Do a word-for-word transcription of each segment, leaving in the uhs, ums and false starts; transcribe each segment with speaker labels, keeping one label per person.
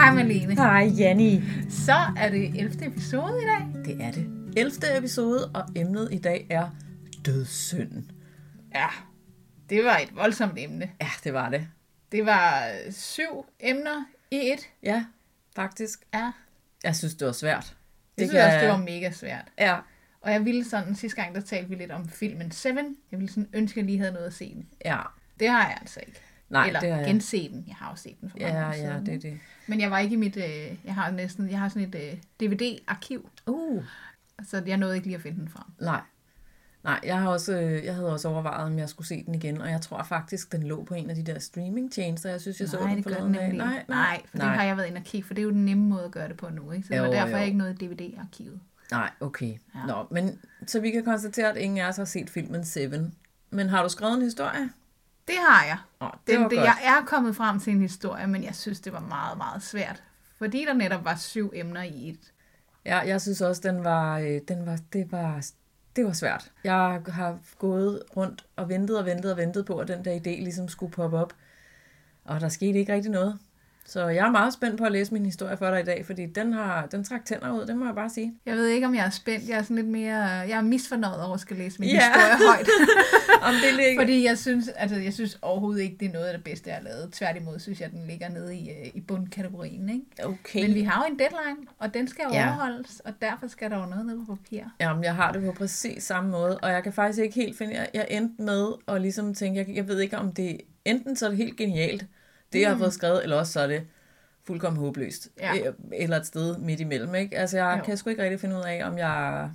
Speaker 1: Hej Malene.
Speaker 2: Hej Janni.
Speaker 1: Så er det ellevte episode i dag.
Speaker 2: Det er det. ellevte episode, og emnet i dag er dødssynden.
Speaker 1: Ja, det var et voldsomt emne.
Speaker 2: Ja, det var det.
Speaker 1: Det var syv emner i et.
Speaker 2: Ja, faktisk.
Speaker 1: Ja.
Speaker 2: Jeg synes, det var svært.
Speaker 1: Det,
Speaker 2: det
Speaker 1: synes jeg også, det var mega svært.
Speaker 2: Ja.
Speaker 1: Og jeg ville sådan, sidste gang der talte vi lidt om filmen Seven. Jeg ville sådan ønske, at jeg lige havde noget at se den.
Speaker 2: Ja.
Speaker 1: Det har jeg altså ikke.
Speaker 2: Nej,
Speaker 1: Eller
Speaker 2: det har jeg.
Speaker 1: gense den. Jeg har jo set den for mange
Speaker 2: Ja,
Speaker 1: år siden.
Speaker 2: ja, det er det.
Speaker 1: Men jeg var ikke i mit, øh, jeg har næsten, jeg har sådan et øh, D V D-arkiv.
Speaker 2: Uh.
Speaker 1: Så jeg nåede ikke lige at finde den frem.
Speaker 2: Nej. Nej, jeg, har også, jeg havde også overvejet, om jeg skulle se den igen, og jeg tror faktisk, den lå på en af de der streaming-tjenester. Jeg synes, jeg så
Speaker 1: nej,
Speaker 2: den
Speaker 1: det gør den
Speaker 2: forleden dag.
Speaker 1: nemlig.
Speaker 2: Nej,
Speaker 1: nej, for nej. Det har jeg været inde og kigge, for det er jo den nemme måde at gøre det på nu, ikke? Så
Speaker 2: jo,
Speaker 1: det var derfor,
Speaker 2: jo.
Speaker 1: jeg ikke noget i D V D-arkivet.
Speaker 2: Nej, okay.
Speaker 1: Ja.
Speaker 2: Nå, men så vi kan konstatere, at ingen af os har set filmen Seven. Men har du skrevet en historie?
Speaker 1: Det har jeg.
Speaker 2: Åh, det
Speaker 1: Den,
Speaker 2: var
Speaker 1: det,
Speaker 2: godt.
Speaker 1: jeg er kommet frem til en historie, men jeg synes, det var meget, meget svært. Fordi der netop var syv emner i et.
Speaker 2: Ja, jeg synes også, den var, øh, den var, det var, det var svært. Jeg har gået rundt og ventet og ventet og ventet på, at den der idé ligesom skulle poppe op. Og der skete ikke rigtig noget. Så jeg er meget spændt på at læse min historie for dig i dag, fordi den har den trak tænder ud, det må jeg bare sige.
Speaker 1: Jeg ved ikke, om jeg er spændt. Jeg er sådan lidt mere, jeg er misfornøjet over at skal læse min
Speaker 2: Ja.
Speaker 1: historie højt.
Speaker 2: Om det ligger...
Speaker 1: Fordi jeg synes, altså, jeg synes overhovedet ikke, det er noget af det bedste, jeg har lavet. Tværtimod synes jeg, den ligger nede i, øh, i bundkategorien. Ikke?
Speaker 2: Okay.
Speaker 1: Men vi har jo en deadline, og den skal jo
Speaker 2: Ja.
Speaker 1: overholdes, og derfor skal der jo noget nede på papir.
Speaker 2: Jamen, jeg har det på præcis samme måde, og jeg kan faktisk ikke helt finde... Jeg, jeg endte med at ligesom tænke, jeg, jeg ved ikke, om det... Enten så er det helt genialt, det jeg har fået skrevet, eller også så er det fuldkommen håbløst.
Speaker 1: Ja.
Speaker 2: Eller et sted midt imellem, ikke? Altså, jeg
Speaker 1: Jo.
Speaker 2: kan sgu ikke rigtig finde ud af, om jeg...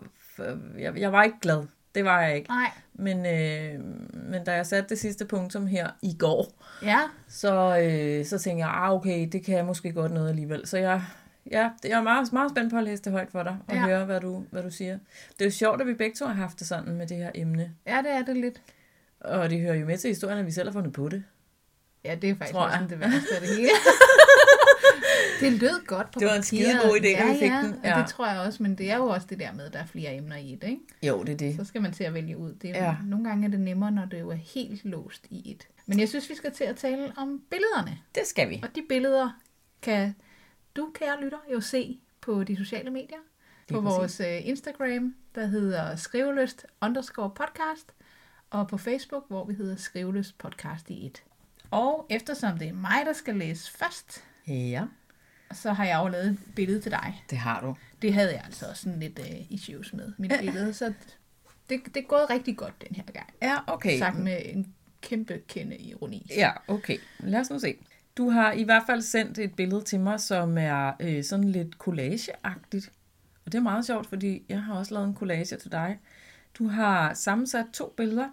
Speaker 2: Jeg, jeg var ikke glad. Det var jeg ikke.
Speaker 1: Nej.
Speaker 2: Men, øh, men da jeg satte det sidste punktum her i går,
Speaker 1: Ja.
Speaker 2: så, øh, så tænkte jeg, ah, okay, det kan jeg måske godt noget alligevel. Så jeg, ja, jeg er meget, meget spændt på at læse det højt for dig, og
Speaker 1: Ja.
Speaker 2: høre, hvad du, hvad du siger. Det er jo sjovt, at vi begge to har haft det sådan med det her emne.
Speaker 1: Ja, det er det lidt.
Speaker 2: Og det hører jo med til historien, at vi selv har fundet på det.
Speaker 1: Ja, det er faktisk
Speaker 2: Tror jeg.
Speaker 1: sådan det værste af det hele. Det lød godt på
Speaker 2: Det var en
Speaker 1: papiret.
Speaker 2: skidegod idé, da
Speaker 1: ja,
Speaker 2: vi fik
Speaker 1: ja,
Speaker 2: den.
Speaker 1: Ja,
Speaker 2: Ja.
Speaker 1: det tror jeg også, men det er jo også det der med, at der er flere emner i det, ikke?
Speaker 2: Jo, det er det.
Speaker 1: Så skal man til at vælge ud. Det er,
Speaker 2: Ja.
Speaker 1: ja. Nogle gange er det nemmere, når det jo er helt låst i et. Men jeg synes, vi skal til at tale om billederne.
Speaker 2: Det skal vi.
Speaker 1: Og de billeder kan du, kære lytter, jo se på de sociale medier.
Speaker 2: Lige
Speaker 1: På
Speaker 2: præcis.
Speaker 1: vores øh, Instagram, der hedder skriveløst underscore podcast. Og på Facebook, hvor vi hedder skriveløst podcast i et. Og eftersom det er mig, der skal læse først,
Speaker 2: Ja,
Speaker 1: så har jeg jo lavet et billede til dig.
Speaker 2: det har du.
Speaker 1: Det havde jeg altså også sådan lidt uh, issues med, mit billede. Så det, det er gået rigtig godt den her gang.
Speaker 2: Ja, okay.
Speaker 1: Sagt med en kæmpe kende ironi.
Speaker 2: Ja, okay. Lad os nu se. Du har i hvert fald sendt et billede til mig, som er øh, sådan lidt collageagtigt. Og det er meget sjovt, fordi jeg har også lavet en collage til dig. Du har sammensat to billeder,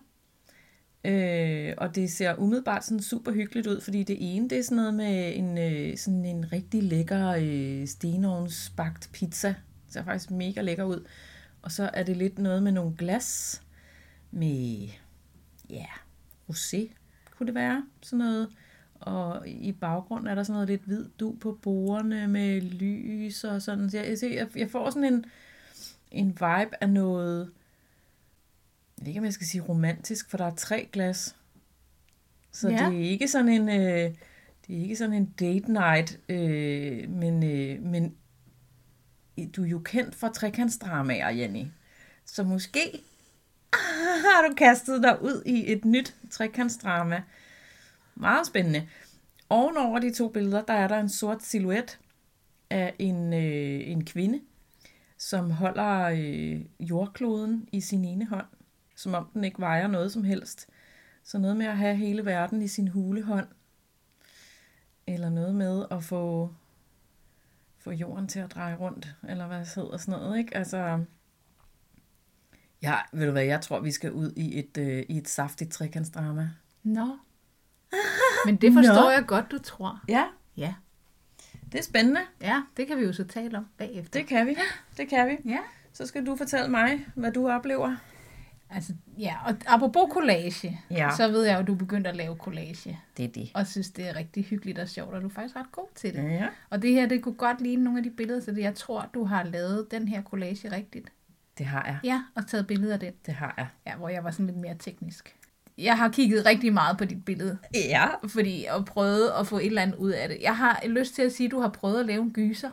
Speaker 2: øh, og det ser umiddelbart sådan super hyggeligt ud, fordi det ene, det er sådan noget med en, øh, sådan en rigtig lækker øh, stenovnsbagt pizza. Det ser faktisk mega lækker ud. Og så er det lidt noget med nogle glas med, ja, rosé kunne det være, sådan noget. Og i baggrunden er der sådan noget lidt hvid du på bordene med lys og sådan. Så jeg, jeg, jeg får sådan en, en vibe af noget, jeg ved ikke, om jeg skal sige romantisk, for der er tre glas. Så
Speaker 1: Ja.
Speaker 2: det er ikke sådan en, øh, det er ikke sådan en date night, øh, men, øh, men du er jo kendt for trekantsdramaer, Janni. Så måske har du kastet dig ud i et nyt trekantsdrama. Meget spændende. Ovenover de to billeder, der er der en sort silhuet af en, øh, en kvinde, som holder øh, jordkloden i sin ene hånd, som om den ikke vejer noget som helst. Så noget med at have hele verden i sin hulehånd. Eller noget med at få, få jorden til at dreje rundt, eller hvad det hedder sådan noget, ikke? Altså, ja, ved du hvad, jeg tror, vi skal ud i et, øh, i et saftigt trekantsdrama.
Speaker 1: Nå. Men det forstår
Speaker 2: Nå.
Speaker 1: jeg godt, du tror.
Speaker 2: Ja,
Speaker 1: Ja.
Speaker 2: det er spændende.
Speaker 1: Ja, det kan vi jo så tale om bagefter.
Speaker 2: Det kan vi. Det kan vi.
Speaker 1: Ja.
Speaker 2: Så skal du fortælle mig, hvad du oplever.
Speaker 1: Altså, ja, og apropos collage,
Speaker 2: Ja.
Speaker 1: så ved jeg jo, at du er begyndt at lave collage.
Speaker 2: Det er det.
Speaker 1: Og synes, det er rigtig hyggeligt og sjovt, og du er faktisk ret god til det.
Speaker 2: Ja,
Speaker 1: Og det her, det kunne godt ligne nogle af de billeder, så det, jeg tror, du har lavet den her collage rigtigt.
Speaker 2: det har jeg.
Speaker 1: Ja, og taget billeder af den.
Speaker 2: Det har jeg.
Speaker 1: Ja, hvor jeg var sådan lidt mere teknisk. jeg har kigget rigtig meget på dit billede.
Speaker 2: Ja.
Speaker 1: Fordi og prøvet at få et eller andet ud af det. Jeg har lyst til at sige, at du har prøvet at lave en gyser.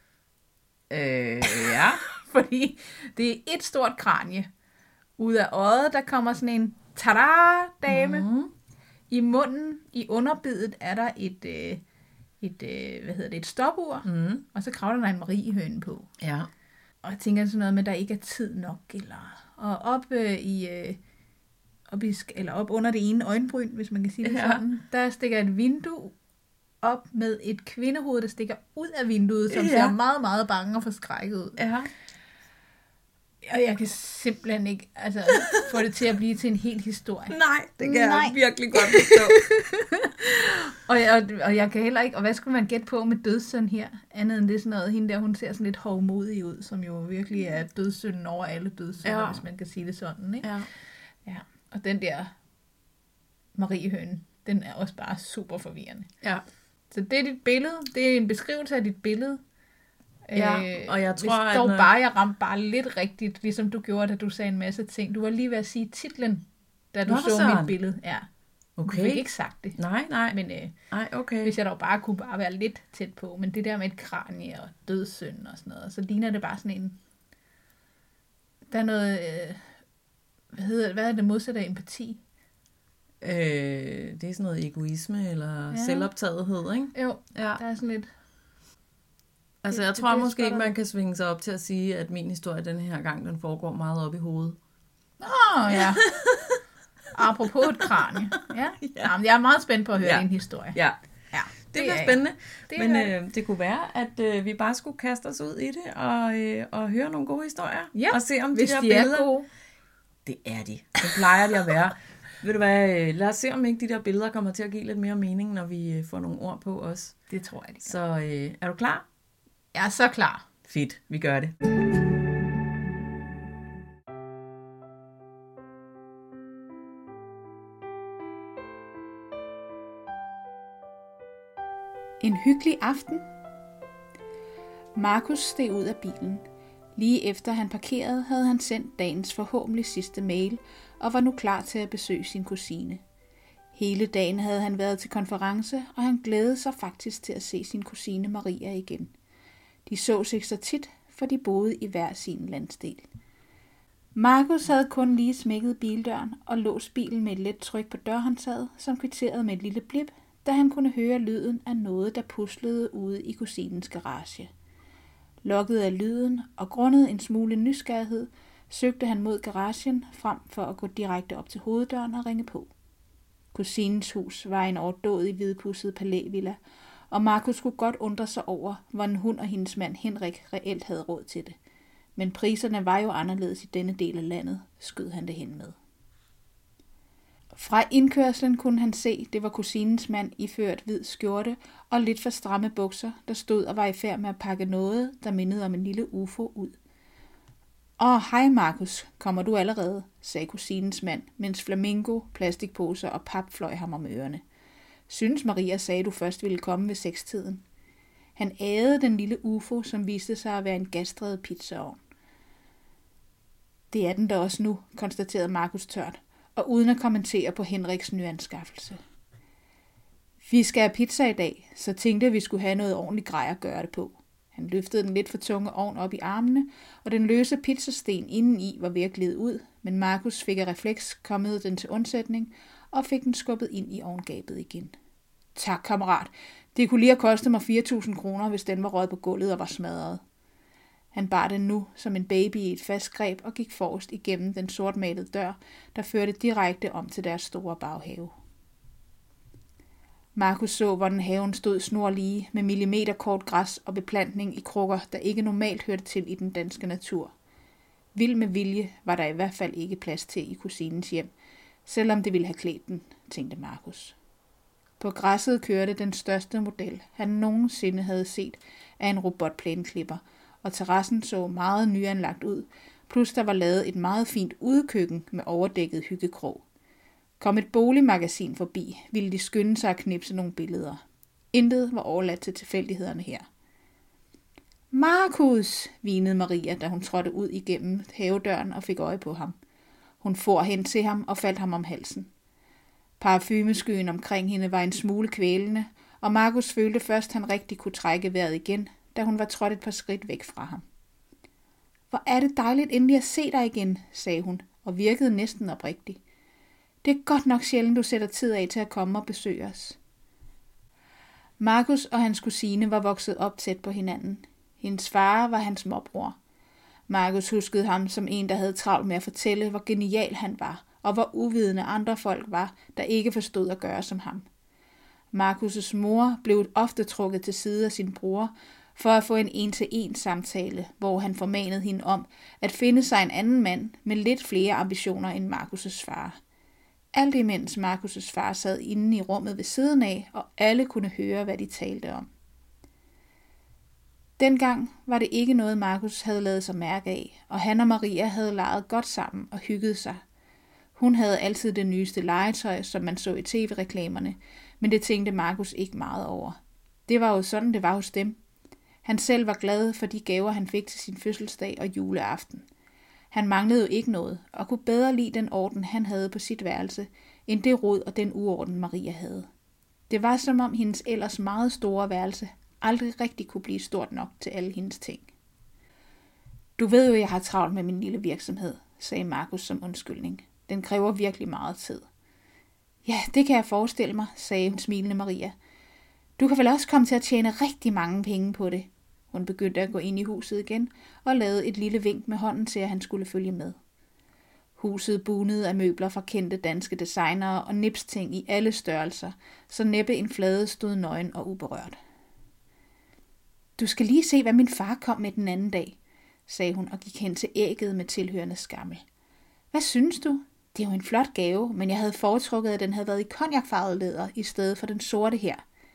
Speaker 2: Øh, ja.
Speaker 1: Fordi det er et stort kranie. Ud af øjet, der kommer sådan en tada-dame.
Speaker 2: Mm.
Speaker 1: I munden, i underbidet, er der et, øh, et, øh, hvad hedder det, et stopur.
Speaker 2: Mm.
Speaker 1: Og så kravler der en Mariehøne på.
Speaker 2: Ja.
Speaker 1: Og jeg tænker sådan noget med, at der ikke er tid nok. Eller, og op øh, i... Øh, op, i, eller op under det ene øjenbryn, hvis man kan sige det
Speaker 2: Ja.
Speaker 1: sådan. Der stikker et vindue op med et kvindehoved, der stikker ud af vinduet, som
Speaker 2: Ja.
Speaker 1: ser meget, meget bange og forskrækket ud.
Speaker 2: Ja.
Speaker 1: Og jeg kan simpelthen ikke altså, få det til at blive til en hel historie.
Speaker 2: Nej, det kan
Speaker 1: Nej.
Speaker 2: jeg virkelig godt forstå.
Speaker 1: Og jeg, og jeg kan heller ikke, og hvad skulle man gætte på med dødssynd her? Andet end det sådan noget, hende der, hun ser sådan lidt hovmodig ud, som jo virkelig er dødssynden over alle dødssynder,
Speaker 2: Ja.
Speaker 1: hvis man kan sige det sådan, ikke?
Speaker 2: Ja.
Speaker 1: Ja. Og den der Mariehøne, den er også bare super forvirrende.
Speaker 2: Ja.
Speaker 1: Så det er dit billede, det er en beskrivelse af dit billede.
Speaker 2: Ja, og jeg tror,
Speaker 1: hvis
Speaker 2: at
Speaker 1: dog
Speaker 2: når-
Speaker 1: bare, jeg ramte bare lidt rigtigt, ligesom du gjorde, da du sagde en masse ting. Du var lige ved at sige titlen, da du
Speaker 2: Nå, for
Speaker 1: så
Speaker 2: søren.
Speaker 1: mit billede. Ja.
Speaker 2: Okay.
Speaker 1: Du fik ikke sagt det.
Speaker 2: Nej, nej.
Speaker 1: Men øh,
Speaker 2: Nej, okay.
Speaker 1: hvis jeg dog bare kunne bare være lidt tæt på. Men det der med et kranie og dødssynd og sådan noget, så ligner det bare sådan en... Der er noget... Øh, hvad, hedder, hvad er det modsatte af empati?
Speaker 2: Øh, det er sådan noget egoisme eller
Speaker 1: Ja.
Speaker 2: ja. selvoptagethed, ikke?
Speaker 1: Jo,
Speaker 2: Ja.
Speaker 1: der er sådan lidt...
Speaker 2: Altså,
Speaker 1: Det-
Speaker 2: jeg
Speaker 1: det-
Speaker 2: tror
Speaker 1: det er
Speaker 2: måske ikke,
Speaker 1: spot on.
Speaker 2: man kan svinge sig op til at sige, at min historie den her gang, den foregår meget op i hovedet.
Speaker 1: Åh, oh, ja. Apropos et kranie. Ja.
Speaker 2: Ja.
Speaker 1: Jamen, jeg er meget spændt på at høre
Speaker 2: Ja.
Speaker 1: ja. din historie.
Speaker 2: Ja,
Speaker 1: Ja,
Speaker 2: det bliver
Speaker 1: er jeg.
Speaker 2: spændende.
Speaker 1: Det
Speaker 2: Men
Speaker 1: er-
Speaker 2: øh, det kunne være, at øh, vi bare skulle kaste os ud i det og, øh, og høre nogle gode historier.
Speaker 1: Ja,
Speaker 2: og se om
Speaker 1: hvis
Speaker 2: de der
Speaker 1: de
Speaker 2: billeder...
Speaker 1: er gode.
Speaker 2: Det er de. Det plejer de at være. Ved du hvad, øh, lad os se, om ikke de der billeder kommer til at give lidt mere mening, når vi øh, får nogle ord på os.
Speaker 1: Det tror jeg, de gør.
Speaker 2: Så øh, er du klar?
Speaker 1: Jeg er så klar.
Speaker 2: Fedt, vi gør det.
Speaker 1: En hyggelig aften. Markus steg ud af bilen. Lige efter han parkerede, havde han sendt dagens forhåbentlig sidste mail og var nu klar til at besøge sin kusine. Hele dagen havde han været til konference, og han glædede sig faktisk til at se sin kusine Maria igen. De så ikke så tit, for de boede i hver sin landsdel. Markus havde kun lige smækket bildøren og låst bilen med et let tryk på dørhåndtaget, som kvitterede med et lille blip, da han kunne høre lyden af noget, der puslede ude i kusinens garage. Lokket af lyden og grundet en smule nysgerrighed, søgte han mod garagen frem for at gå direkte op til hoveddøren og ringe på. Kusinens hus var en overdådig hvidpudset palævilla, og Markus skulle godt undre sig over, hvordan hun og hendes mand Henrik reelt havde råd til det. Men priserne var jo anderledes i denne del af landet, skød han det hen med. Fra indkørslen kunne han se, det var kusinens mand iført hvid skjorte og lidt for stramme bukser, der stod og var i færd med at pakke noget, der mindede om en lille ufo ud. Åh, hej Markus, kommer du allerede, sagde kusinens mand, mens flamingo, plastikposer og pap fløj ham om ørerne. Synes Maria sagde, du først ville komme ved sekstiden. Han ædede den lille ufo, som viste sig at være en gasdrevet pizzaovn. Det er den da også nu, konstaterede Markus tørt, og uden at kommentere på Henriks nyanskaffelse. Vi skal have pizza i dag, så tænkte jeg, vi skulle have noget ordentligt grej at gøre det på. Han løftede den lidt for tunge ovn op i armene, og den løse pizzasten indeni var ved at glide ud, men Markus fik af refleks kommet den til undsætning og fik den skubbet ind i ovngabet igen. Tak, kammerat. Det kunne lige have kostet mig fire tusind kroner, hvis den var røget på gulvet og var smadret. Han bar den nu som en baby i et fast greb og gik forrest igennem den sortmalede dør, der førte direkte om til deres store baghave. Markus så, hvordan haven stod snorlige med millimeterkort græs og beplantning i krukker, der ikke normalt hørte til i den danske natur. Vild med vilje var der i hvert fald ikke plads til i kusinens hjem, selvom det ville have klædt den, tænkte Markus. På græsset kørte den største model, han nogensinde havde set af en robotplæneklipper, og terrassen så meget nyanlagt ud, plus der var lavet et meget fint udekøkken med overdækket hyggekrog. Kom et boligmagasin forbi, ville de skynde sig at knipse nogle billeder. Intet var overladt til tilfældighederne her. Markus, hvinede Maria, da hun trådte ud igennem havedøren og fik øje på ham. Hun for hen til ham og faldt ham om halsen. Parfumeskyen omkring hende var en smule kvælende, og Markus følte først, han rigtig kunne trække vejret igen, da hun var trådt et par skridt væk fra ham. Hvor er det dejligt endelig at se dig igen, sagde hun, og virkede næsten oprigtig. Det er godt nok sjældent, du sætter tid af til at komme og besøge os. Markus og hans kusine var vokset op tæt på hinanden. Hendes far var hans morbror. Markus huskede ham som en, der havde travlt med at fortælle, hvor genial han var, og hvor uvidende andre folk var, der ikke forstod at gøre som ham. Markus' mor blev ofte trukket til side af sin bror, for at få en en-til-en samtale, hvor han formanede hende om at finde sig en anden mand med lidt flere ambitioner end Markus' far. Alt imens Markus' far sad inde i rummet ved siden af, og alle kunne høre, hvad de talte om. Dengang var det ikke noget, Markus havde lavet sig mærke af, og han og Maria havde leget godt sammen og hygget sig. Hun havde altid det nyeste legetøj, som man så i tv-reklamerne, men det tænkte Markus ikke meget over. Det var jo sådan, det var hos dem. Han selv var glad for de gaver, han fik til sin fødselsdag og juleaften. Han manglede jo ikke noget, og kunne bedre lide den orden, han havde på sit værelse, end det rod og den uorden, Maria havde. Det var som om hendes ellers meget store værelse aldrig rigtig kunne blive stort nok til alle hendes ting. Du ved jo, jeg har travlt med min lille virksomhed, sagde Markus som undskyldning. Den kræver virkelig meget tid. Ja, det kan jeg forestille mig, sagde hun smilende Maria. Du kan vel også komme til at tjene rigtig mange penge på det. Hun begyndte at gå ind i huset igen og lavede et lille vink med hånden til, at han skulle følge med. Huset bunede af møbler fra kendte danske designere og nipsting i alle størrelser, så næppe en flade stod nøgen og uberørt. Du skal lige se, hvad min far kom med den anden dag, sagde hun og gik hen til ægget med tilhørende skammel. Hvad synes du? Det er jo en flot gave, men jeg havde foretrukket, at den havde været i cognacfarvet læder i stedet for den sorte her.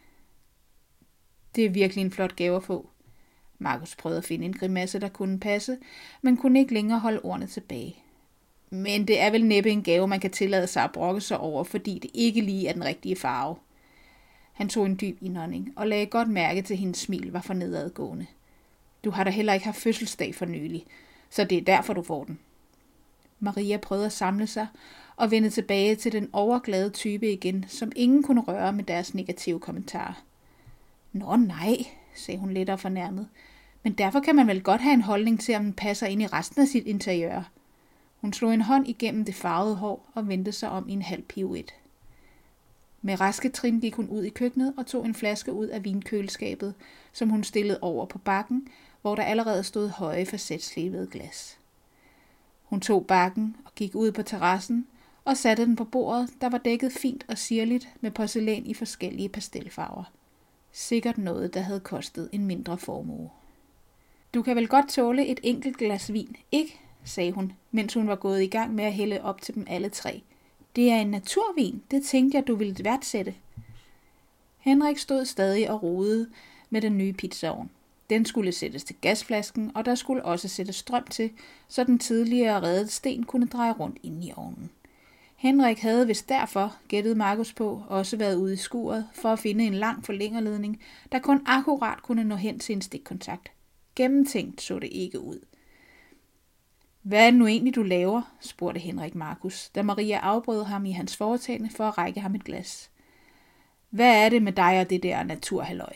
Speaker 1: Det er virkelig en flot gave at få. Markus prøvede at finde en grimasse, der kunne passe, men kunne ikke længere holde ordene tilbage. Men det er vel næppe en gave, man kan tillade sig at brokke sig over, fordi det ikke lige er den rigtige farve. Han tog en dyb indånding og lagde godt mærke til, at hendes smil var for nedadgående. Du har da heller ikke haft fødselsdag for nylig, så det er derfor, du får den. Maria prøvede at samle sig og vende tilbage til den overglade type igen, som ingen kunne røre med deres negative kommentarer. Nå nej, sagde hun lidt og fornærmet, men derfor kan man vel godt have en holdning til, om den passer ind i resten af sit interiør. Hun slog en hånd igennem det farvede hår og vendte sig om i en halv pirouette. Med raske trin gik hun ud i køkkenet og tog en flaske ud af vinkøleskabet, som hun stillede over på bakken, hvor der allerede stod høje facetslevede glas. Hun tog bakken og gik ud på terrassen og satte den på bordet, der var dækket fint og sirligt med porcelæn i forskellige pastelfarver. Sikkert noget, der havde kostet en mindre formue. Du kan vel godt tåle et enkelt glas vin, ikke? Sagde hun, mens hun var gået i gang med at hælde op til dem alle tre. Det er en naturvin, det tænkte jeg, du ville værdsætte. Henrik stod stadig og rodede med den nye pizzaovn. Den skulle sættes til gasflasken, og der skulle også sættes strøm til, så den tidligere reddede sten kunne dreje rundt inde i ovnen. Henrik havde vist derfor, gættede Markus på, også været ude i skuret for at finde en lang forlængerledning, der kun akkurat kunne nå hen til en stikkontakt. Gennemtænkt så det ikke ud. Hvad er det nu egentlig, du laver? Spurgte Henrik Markus, da Maria afbrød ham i hans foretagende for at række ham et glas. Hvad er det med dig og det der naturhalløj?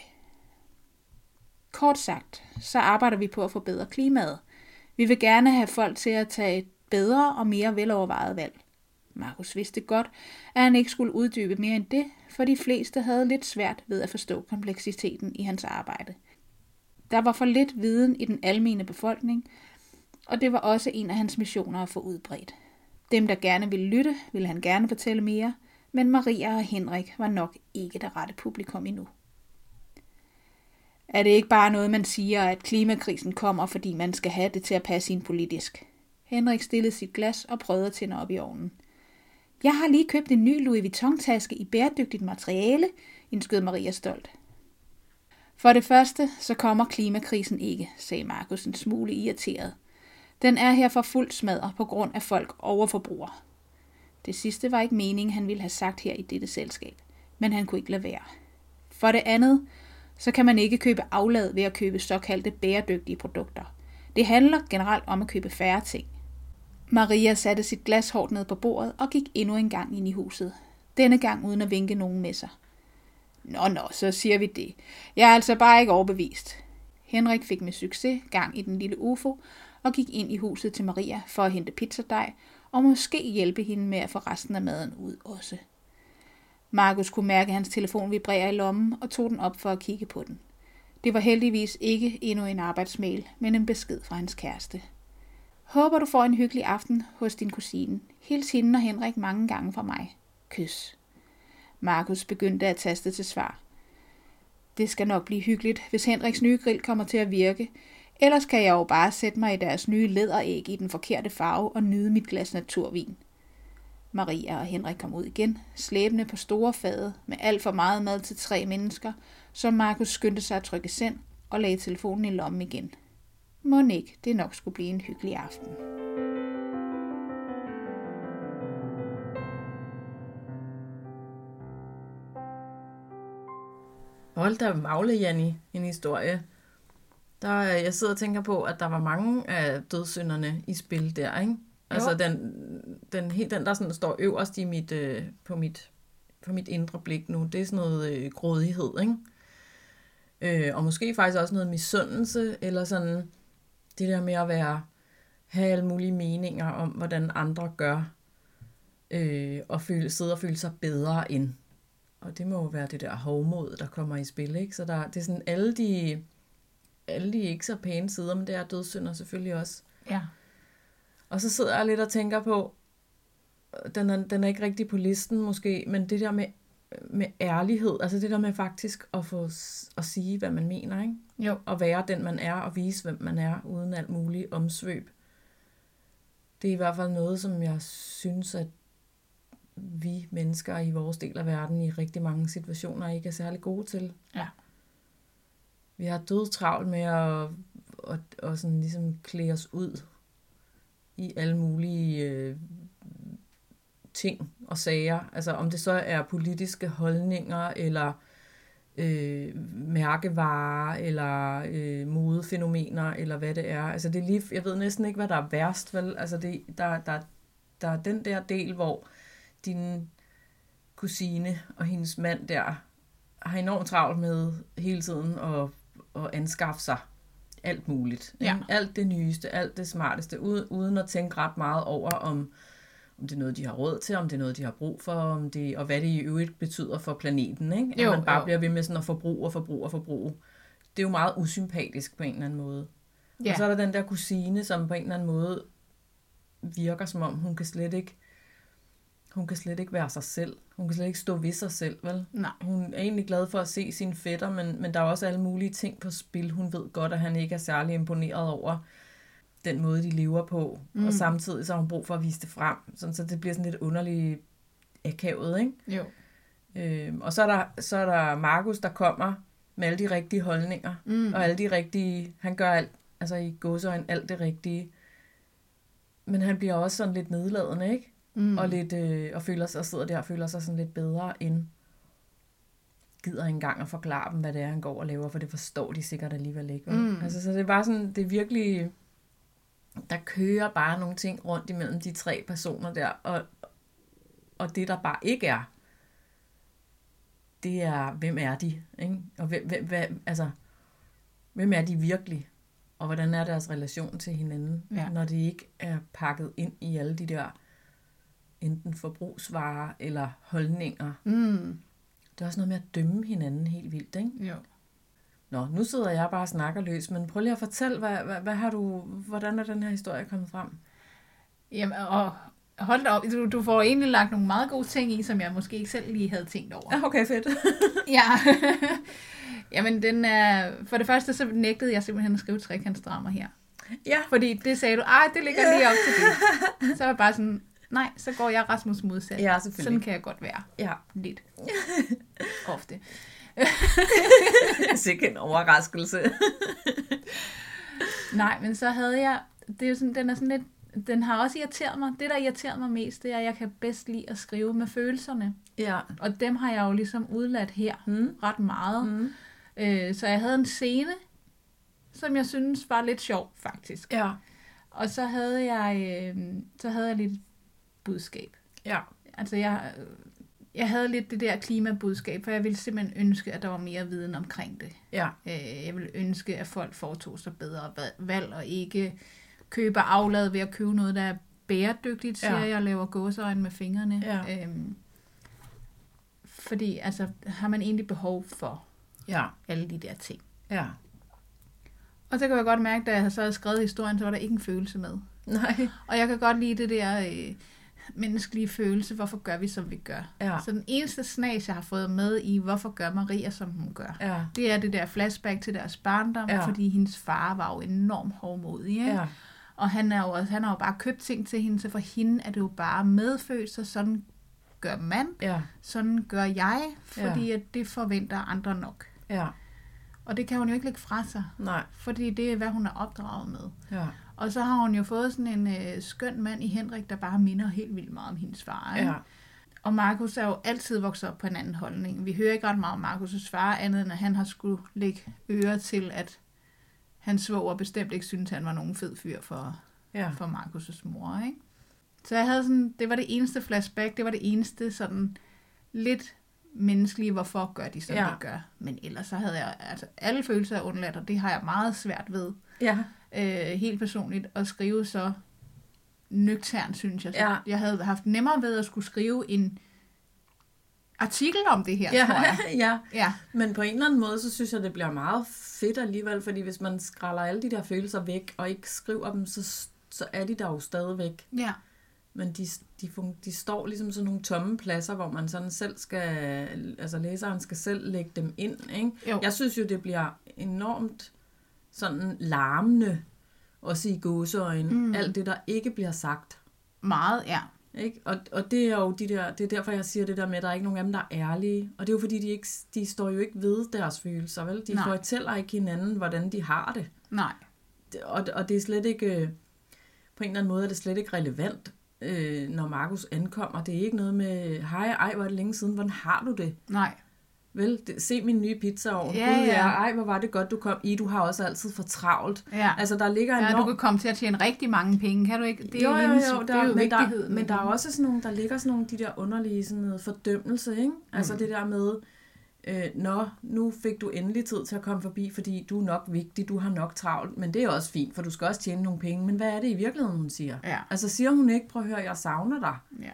Speaker 1: Kort sagt, så arbejder vi på at forbedre klimaet. Vi vil gerne have folk til at tage et bedre og mere velovervejet valg. Markus vidste godt, at han ikke skulle uddybe mere end det, for de fleste havde lidt svært ved at forstå kompleksiteten i hans arbejde. Der var for lidt viden i den almene befolkning, og det var også en af hans missioner at få udbredt. Dem, der gerne ville lytte, ville han gerne fortælle mere, men Maria og Henrik var nok ikke det rette publikum endnu. Er det ikke bare noget, man siger, at klimakrisen kommer, fordi man skal have det til at passe ind politisk? Henrik stillede sit glas og prøvede at tænde op i ovnen. Jeg har lige købt en ny Louis Vuitton-taske i bæredygtigt materiale, indskød Maria stolt. For det første, så kommer klimakrisen ikke, sagde Markus en smule irriteret. Den er her for fuld smadret på grund af folk overforbruger. Det sidste var ikke meningen, han ville have sagt her i dette selskab, men han kunne ikke lade være. For det andet, så kan man ikke købe aflad ved at købe såkaldte bæredygtige produkter. Det handler generelt om at købe færre ting. Maria satte sit glas hårdt ned på bordet og gik endnu en gang ind i huset. denne gang uden at vinke nogen med sig. Nå, nå, så siger vi det. Jeg er altså bare ikke overbevist. Henrik fik med succes gang i den lille U F O og gik ind i huset til Maria for at hente pizzadej og måske hjælpe hende med at få resten af maden ud også. Markus kunne mærke hans telefon vibrere i lommen og tog den op for at kigge på den. Det var heldigvis ikke endnu en arbejdsmail, men en besked fra hans kæreste. Håber du får en hyggelig aften hos din kusine. Hils hende og Henrik mange gange fra mig. Kys. Markus begyndte at taste til svar. Det skal nok blive hyggeligt, hvis Henriks nye grill kommer til at virke. Ellers kan jeg jo bare sætte mig i deres nye læderæg i den forkerte farve og nyde mit glas naturvin. Maria og Henrik kom ud igen, slæbende på store fade med alt for meget mad til tre mennesker, så Markus skyndte sig at trykke send og lagde telefonen i lommen igen. Mon ikke, det nok skulle blive en hyggelig aften.
Speaker 2: Hold da magle, Janni, en historie. Der, jeg sidder og tænker på, at der var mange af dødssynderne i spil der, ikke? Altså den, den, den, der sådan står øverst i mit, øh, på, mit, på mit indre blik nu, det er sådan noget øh, grådighed, ikke? Øh, og måske faktisk også noget misundelse, eller sådan det der med at være, have alle mulige meninger om, hvordan andre gør, øh, og føle, sidde og føle sig bedre end. Og det må jo være det der hovmod, der kommer i spil, ikke? Så der, det er sådan alle de, alle de ikke så pæne sider, men det er dødssynder selvfølgelig også.
Speaker 1: Ja. Og
Speaker 2: så sidder jeg lidt og tænker på, den er, den er ikke rigtig på listen måske, men det der med, med ærlighed, altså det der med faktisk at få at sige, hvad man mener, ikke?
Speaker 1: Jo.
Speaker 2: Og være den, man er, og vise, hvem man er, uden alt muligt omsvøb. Det er i hvert fald noget, som jeg synes, at vi mennesker i vores del af verden i rigtig mange situationer ikke er særlig gode til.
Speaker 1: Ja.
Speaker 2: Vi har dødtravlt med at, at, at sådan ligesom klæde os ud i alle mulige øh, ting og sager. Altså om det så er politiske holdninger, eller øh, mærkevarer, eller øh, modefænomener, eller hvad det er. Altså det er lige, jeg ved næsten ikke, hvad der er værst, vel? Altså det, der, der, der er den der del, hvor din kusine og hendes mand der har enormt travlt med hele tiden at, at anskaffe sig alt muligt.
Speaker 1: Ja.
Speaker 2: Alt det nyeste, alt det smarteste, uden at tænke ret meget over, om, om det er noget, de har råd til, om det er noget, de har brug for, om det, og hvad det i øvrigt betyder for planeten. Ikke? At
Speaker 1: jo,
Speaker 2: man bare
Speaker 1: jo.
Speaker 2: bliver ved med sådan at forbruge og forbruge og forbruge. Det er jo meget usympatisk på en eller anden måde.
Speaker 1: Ja.
Speaker 2: Og så er der den der kusine, som på en eller anden måde virker som om, hun kan slet ikke Hun kan slet ikke være sig selv. Hun kan slet ikke stå ved sig selv, vel?
Speaker 1: Nej.
Speaker 2: Hun er egentlig glad for at se sine fætter, men, men der er også alle mulige ting på spil. Hun ved godt, at han ikke er særlig imponeret over den måde, de lever på. Mm. Og samtidig så har hun brug for at vise det frem. Sådan, så det bliver sådan lidt underligt akavet, ikke?
Speaker 1: Jo.
Speaker 2: Øhm, og så er, der, så er der Markus, der kommer med alle de rigtige holdninger. Mm. Og alle de rigtige... Han gør alt, altså i gåseøjne alt det rigtige. Men han bliver også sådan lidt nedladende, ikke? Mm. Og, lidt, øh, og, føler sig, og sidder der og føler sig sådan lidt bedre, end gider engang at forklare dem, hvad det er, han går og laver, for det forstår de sikkert alligevel ikke. Mm. Altså, så det er bare sådan, det er virkelig, der kører bare nogle ting rundt imellem de tre personer der, og, og det der bare ikke er, det er, hvem er de? Ikke? Og hvem, hvem, hvem, altså, hvem er de virkelig? Og hvordan er deres relation til hinanden, ja. Når de ikke er pakket ind i alle de der enten forbrugsvarer eller holdninger. Mm. Det er også noget med at dømme hinanden helt vildt, ikke?
Speaker 1: Jo.
Speaker 2: Nå, nu sidder jeg bare og snakker løs, men prøv lige at fortælle, hvad, hvad, hvad har du, hvordan er den her historie kommet frem?
Speaker 1: Jamen, og hold da op, du, du får egentlig lagt nogle meget gode ting i, som jeg måske ikke selv lige havde tænkt over.
Speaker 2: Ja, okay, fedt.
Speaker 1: Ja. Jamen, den er, for det første så nægtede jeg simpelthen at skrive trekantsdrama her.
Speaker 2: Ja.
Speaker 1: Fordi det sagde du, ej, det ligger lige op til det. Så var jeg bare sådan, nej, så går jeg Rasmus modsat.
Speaker 2: Ja, selvfølgelig.
Speaker 1: Sådan kan jeg godt være.
Speaker 2: Ja.
Speaker 1: Lidt. Ofte.
Speaker 2: Sikke en overraskelse.
Speaker 1: Nej, men så havde jeg, det er jo sådan, den er sådan lidt, den har også irriteret mig. Det, der irriterer mig mest, det er, at jeg kan bedst lide at skrive med følelserne.
Speaker 2: Ja.
Speaker 1: Og dem har jeg jo ligesom udladt her
Speaker 2: mm.
Speaker 1: ret meget.
Speaker 2: Mm.
Speaker 1: Øh, så jeg havde en scene, som jeg synes var lidt sjov, faktisk.
Speaker 2: Ja.
Speaker 1: Og så havde jeg, øh, så havde jeg lidt budskab.
Speaker 2: Ja.
Speaker 1: Altså, jeg, jeg havde lidt det der klimabudskab, for jeg ville simpelthen ønske, at der var mere viden omkring det.
Speaker 2: Ja.
Speaker 1: Øh, jeg ville ønske, at folk foretog sig bedre valg, og ikke køber aflad ved at købe noget, der er bæredygtigt, siger ja. jeg, og laver gåseøjne med fingrene.
Speaker 2: Ja.
Speaker 1: Øhm, fordi, altså, har man egentlig behov for
Speaker 2: ja.
Speaker 1: alle de der ting.
Speaker 2: Ja.
Speaker 1: Og så kan jeg godt mærke, da jeg så havde skrevet historien, så var der ikke en følelse med.
Speaker 2: Nej.
Speaker 1: Og jeg kan godt lide det der øh, menneskelige følelse, hvorfor gør vi, som vi gør.
Speaker 2: Ja.
Speaker 1: Så den eneste snas, jeg har fået med i, hvorfor gør Maria, som hun gør,
Speaker 2: ja.
Speaker 1: det er det der flashback til deres barndom, ja. fordi hendes far var jo enormt hårdmodig, ikke? Ja. Og han er jo også, han har jo bare købt ting til hende, så for hende er det jo bare medfødt, så sådan gør man,
Speaker 2: ja.
Speaker 1: sådan gør jeg, fordi
Speaker 2: ja.
Speaker 1: at det forventer andre nok.
Speaker 2: Ja.
Speaker 1: Og det kan hun jo ikke lægge fra sig,
Speaker 2: Nej.
Speaker 1: fordi det er, hvad hun er opdraget med.
Speaker 2: Ja.
Speaker 1: Og så har hun jo fået sådan en øh, skøn mand i Henrik, der bare minder helt vildt meget om hendes far. Ikke?
Speaker 2: Ja.
Speaker 1: Og Markus er jo altid vokset op på en anden holdning. Vi hører ikke ret meget om Markus' far, andet end at han har skulle lægge øre til, at hans svoger bestemt ikke syntes, at han var nogen fed fyr for, ja. for Markus' mor. Ikke? Så jeg havde sådan, det var det eneste flashback, det var det eneste sådan lidt menneskelige, hvorfor gør de, som ja. de gør. Men ellers så havde jeg, altså alle følelser af undladt, og det har jeg meget svært ved.
Speaker 2: Ja.
Speaker 1: Øh, helt personligt, at skrive så nøgternt, synes jeg. Så
Speaker 2: ja.
Speaker 1: Jeg havde haft nemmere ved at skulle skrive en artikel om det her,
Speaker 2: ja.
Speaker 1: tror jeg.
Speaker 2: ja.
Speaker 1: ja,
Speaker 2: men på en eller anden måde, så synes jeg, det bliver meget fedt alligevel, fordi hvis man skræller alle de der følelser væk, og ikke skriver dem, så, så er de der jo stadigvæk.
Speaker 1: Ja.
Speaker 2: Men de, de, de står ligesom sådan nogle tomme pladser, hvor man sådan selv skal, altså læseren skal selv lægge dem ind, ikke? Jeg synes jo, det bliver enormt sådan larmende, også i gåseøjne, mm. alt det, der ikke bliver sagt.
Speaker 1: Meget, ja.
Speaker 2: Ikke? Og, og det er jo de der, det er derfor, jeg siger det der med, at der er ikke nogen af dem, der er ærlige. Og det er jo fordi, de, ikke, de står jo ikke ved deres følelser, vel? De Nej. fortæller ikke hinanden, hvordan de har det.
Speaker 1: Nej.
Speaker 2: Og, og det er slet ikke, på en eller anden måde er det slet ikke relevant, øh, når Markus ankommer. Det er ikke noget med, hej, ej, hvor er det længe siden, hvordan har du det?
Speaker 1: Nej.
Speaker 2: Vel, det, se min nye pizzaovn.
Speaker 1: Ja, ja.
Speaker 2: Ej, hvor var det godt, du kom i. Du har også altid for travlt.
Speaker 1: Ja.
Speaker 2: Altså, der ligger en
Speaker 1: ja,
Speaker 2: enorm...
Speaker 1: du kan komme til at tjene rigtig mange penge, kan du ikke? Det er
Speaker 2: jo,
Speaker 1: jo,
Speaker 2: jo, jo,
Speaker 1: det
Speaker 2: der,
Speaker 1: er jo
Speaker 2: men,
Speaker 1: vigtigheden.
Speaker 2: Der, men der er også sådan nogle, der ligger sådan nogle, de der underlige sådan noget fordømmelse, ikke? Altså mm. det der med, øh, nå, nu fik du endelig tid til at komme forbi, fordi du er nok vigtig, du har nok travlt, men det er også fint, for du skal også tjene nogle penge. Men hvad er det i virkeligheden, hun siger?
Speaker 1: Ja.
Speaker 2: Altså siger hun ikke, prøv at høre, jeg savner dig.
Speaker 1: Ja.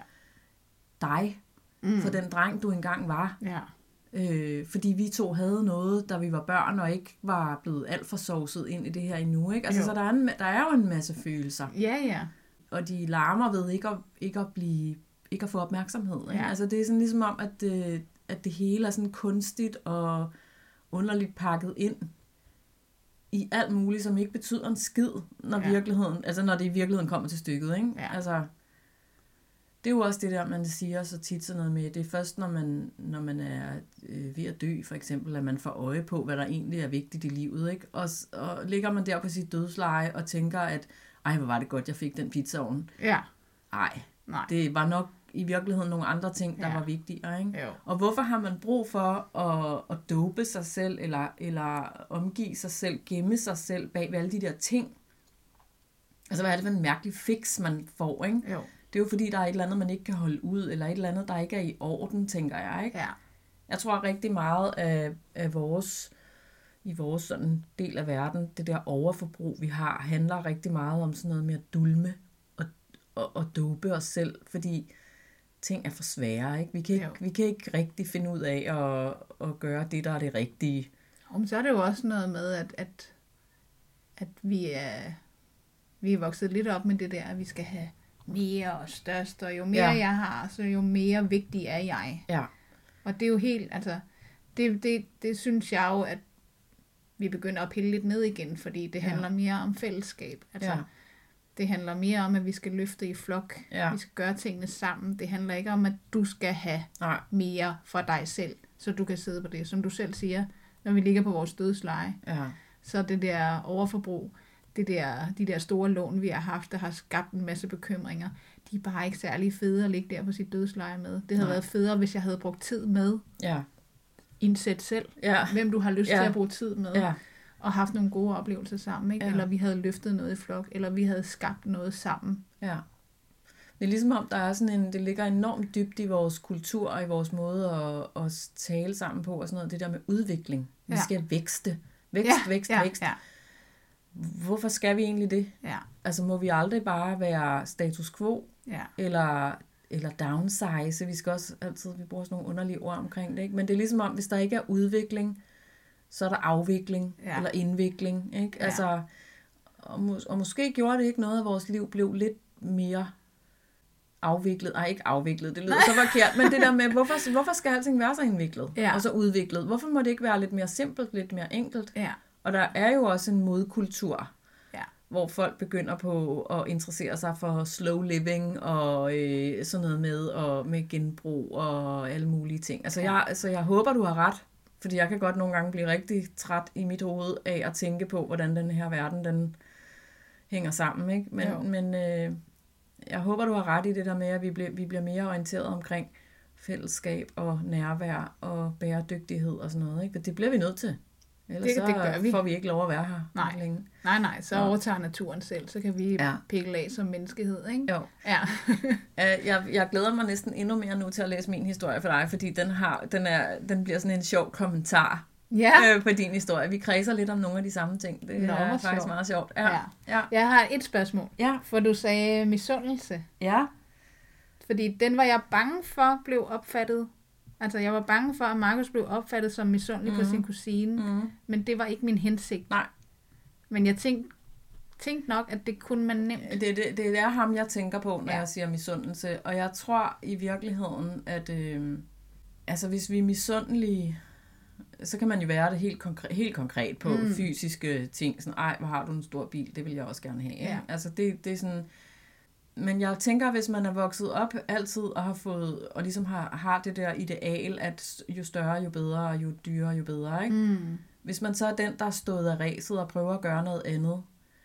Speaker 2: Dig. Mm. For den dreng, du engang var.
Speaker 1: Ja.
Speaker 2: Øh, fordi vi to havde noget, da vi var børn, og ikke var blevet alt for sovset ind i det her endnu. Ikke? Altså, så der er, en, der er jo en masse følelser.
Speaker 1: Ja, ja.
Speaker 2: Og de larmer ved ikke at, ikke at, blive, ikke at få opmærksomhed. Ikke?
Speaker 1: Ja.
Speaker 2: Altså, det er sådan ligesom om, at, øh, at det hele er sådan kunstigt og underligt pakket ind i alt muligt, som ikke betyder en skid, når, ja. virkeligheden, altså, når det i virkeligheden kommer til stykket. Ikke?
Speaker 1: Ja.
Speaker 2: Altså, det er jo også det der, man siger så tit sådan noget med, det er først, når man, når man er øh, ved at dø, for eksempel, at man får øje på, hvad der egentlig er vigtigt i livet, ikke? Og, og ligger man der på sit dødsleje og tænker, at ej, hvor var det godt, jeg fik den pizzaovn.
Speaker 1: Ja.
Speaker 2: Ej,
Speaker 1: Nej.
Speaker 2: Det var nok i virkeligheden nogle andre ting, der
Speaker 1: ja.
Speaker 2: var vigtigere, ikke?
Speaker 1: Jo.
Speaker 2: Og hvorfor har man brug for at, at dope sig selv, eller, eller omgive sig selv, gemme sig selv bag ved alle de der ting? Altså, hvad er det for en mærkelig fix, man får, ikke?
Speaker 1: Jo.
Speaker 2: Det er jo fordi, der er et eller andet, man ikke kan holde ud, eller et eller andet, der ikke er i orden, tænker jeg, ikke?
Speaker 1: Ja.
Speaker 2: Jeg tror rigtig meget af, af vores, i vores sådan del af verden, det der overforbrug, vi har, handler rigtig meget om sådan noget med at dulme og, og, og dope os selv, fordi ting er for svære, ikke? Vi kan ikke, vi kan ikke rigtig finde ud af at, at gøre det, der er det rigtige.
Speaker 1: Og så er det jo også noget med, at, at, at vi, er, vi er vokset lidt op med det der, at vi skal have mere og størst, og jo mere ja. jeg har, så jo mere vigtig er jeg.
Speaker 2: Ja.
Speaker 1: Og det er jo helt, altså, det, det, det synes jeg jo, at vi begynder at pille lidt ned igen, fordi det handler ja. mere om fællesskab. Altså, ja. det handler mere om, at vi skal løfte i flok.
Speaker 2: Ja.
Speaker 1: Vi skal gøre tingene sammen. Det handler ikke om, at du skal have Nej. mere for dig selv, så du kan sidde på det. Som du selv siger, når vi ligger på vores dødsleje,
Speaker 2: ja.
Speaker 1: så det der overforbrug, det der, de der store lån, vi har haft, der har skabt en masse bekymringer, de er bare ikke særlig fede at ligge der på sit dødsleje med. Det havde Nej. været federe, hvis jeg havde brugt tid med.
Speaker 2: Ja.
Speaker 1: Indsæt selv,
Speaker 2: ja.
Speaker 1: hvem du har lyst ja. til at bruge tid med,
Speaker 2: ja.
Speaker 1: og haft nogle gode oplevelser sammen, ikke?
Speaker 2: Ja.
Speaker 1: Eller vi havde løftet noget i flok, eller vi havde skabt noget sammen.
Speaker 2: Ja. Det er ligesom om, der er sådan en, det ligger enormt dybt i vores kultur og i vores måde at, at tale sammen på og sådan noget. Det der med udvikling. Vi
Speaker 1: Ja.
Speaker 2: skal vækste. Vækst,
Speaker 1: Ja,
Speaker 2: vækst,
Speaker 1: ja,
Speaker 2: vækst.
Speaker 1: ja.
Speaker 2: Hvorfor skal vi egentlig det?
Speaker 1: Ja,
Speaker 2: Altså må vi aldrig bare være status quo
Speaker 1: ja,
Speaker 2: eller, eller downsize. Vi skal også altid, vi bruger sådan nogle underlige ord omkring det, ikke? Men det er ligesom om, hvis der ikke er udvikling, så er der afvikling
Speaker 1: Ja.
Speaker 2: eller indvikling, ikke?
Speaker 1: Ja.
Speaker 2: Altså, og, mås- og måske gjorde det ikke noget, at vores liv blev lidt mere afviklet. Ej, ikke afviklet, det lyder så forkert, men det der med, hvorfor, hvorfor skal alting være så indviklet
Speaker 1: Ja.
Speaker 2: og så udviklet? Hvorfor må det ikke være lidt mere simpelt, lidt mere enkelt?
Speaker 1: ja,
Speaker 2: Og der er jo også en modkultur,
Speaker 1: ja.
Speaker 2: hvor folk begynder på at interessere sig for slow living og øh, sådan noget med, og med genbrug og alle mulige ting. Altså,
Speaker 1: Ja.
Speaker 2: jeg, altså jeg håber, du har ret, fordi jeg kan godt nogle gange blive rigtig træt i mit hoved af at tænke på, hvordan den her verden den hænger sammen. Ikke? Men,
Speaker 1: Jo.
Speaker 2: men øh, jeg håber, du har ret i det der med, at vi bliver, vi bliver mere orienteret omkring fællesskab og nærvær og bæredygtighed og sådan noget. Ikke? Det bliver vi nødt til. Ellers
Speaker 1: Det-
Speaker 2: så
Speaker 1: det gør vi.
Speaker 2: får vi ikke lov at være her
Speaker 1: Nej.
Speaker 2: længe.
Speaker 1: Nej, nej, så
Speaker 2: Nå.
Speaker 1: overtager naturen selv, så kan vi
Speaker 2: Ja.
Speaker 1: ja. pikle af som menneskehed, ikke?
Speaker 2: Jo.
Speaker 1: Ja.
Speaker 2: Uh, jeg, jeg glæder mig næsten endnu mere nu til at læse min historie for dig, fordi den, har, den, er, den bliver sådan en sjov kommentar
Speaker 1: Ja.
Speaker 2: øh, på din historie. Vi kredser lidt om nogle af de samme ting. Det
Speaker 1: Nå,
Speaker 2: er
Speaker 1: hvor
Speaker 2: faktisk
Speaker 1: sjovt.
Speaker 2: meget sjovt. Ja.
Speaker 1: Ja.
Speaker 2: Ja.
Speaker 1: Jeg har et spørgsmål,
Speaker 2: Ja.
Speaker 1: for du sagde misundelse.
Speaker 2: Ja.
Speaker 1: Fordi den var jeg bange for blev opfattet. Altså, jeg var bange for, at Markus blev opfattet som misundelig mm. på sin kusine.
Speaker 2: Mm.
Speaker 1: Men det var ikke min hensigt.
Speaker 2: Nej.
Speaker 1: Men jeg tænkte, tænkte nok, at det kunne man nemt.
Speaker 2: Det, det, det er ham, jeg tænker på, når
Speaker 1: Ja.
Speaker 2: jeg siger misundelse. Og jeg tror i virkeligheden, at øh, altså, hvis vi er misundelige, så kan man jo være det helt konkret, helt konkret på mm. fysiske ting. Sådan, ej, hvor har du en stor bil, det vil jeg også gerne have. Ikke?
Speaker 1: Ja.
Speaker 2: Altså, det, det er sådan... Men jeg tænker, hvis man er vokset op altid og har fået, og ligesom har, har det der ideal, at jo større, jo bedre, og jo dyrere, jo bedre, ikke?
Speaker 1: Mm.
Speaker 2: Hvis man så er den, der er stået af ræset og prøver at gøre noget andet,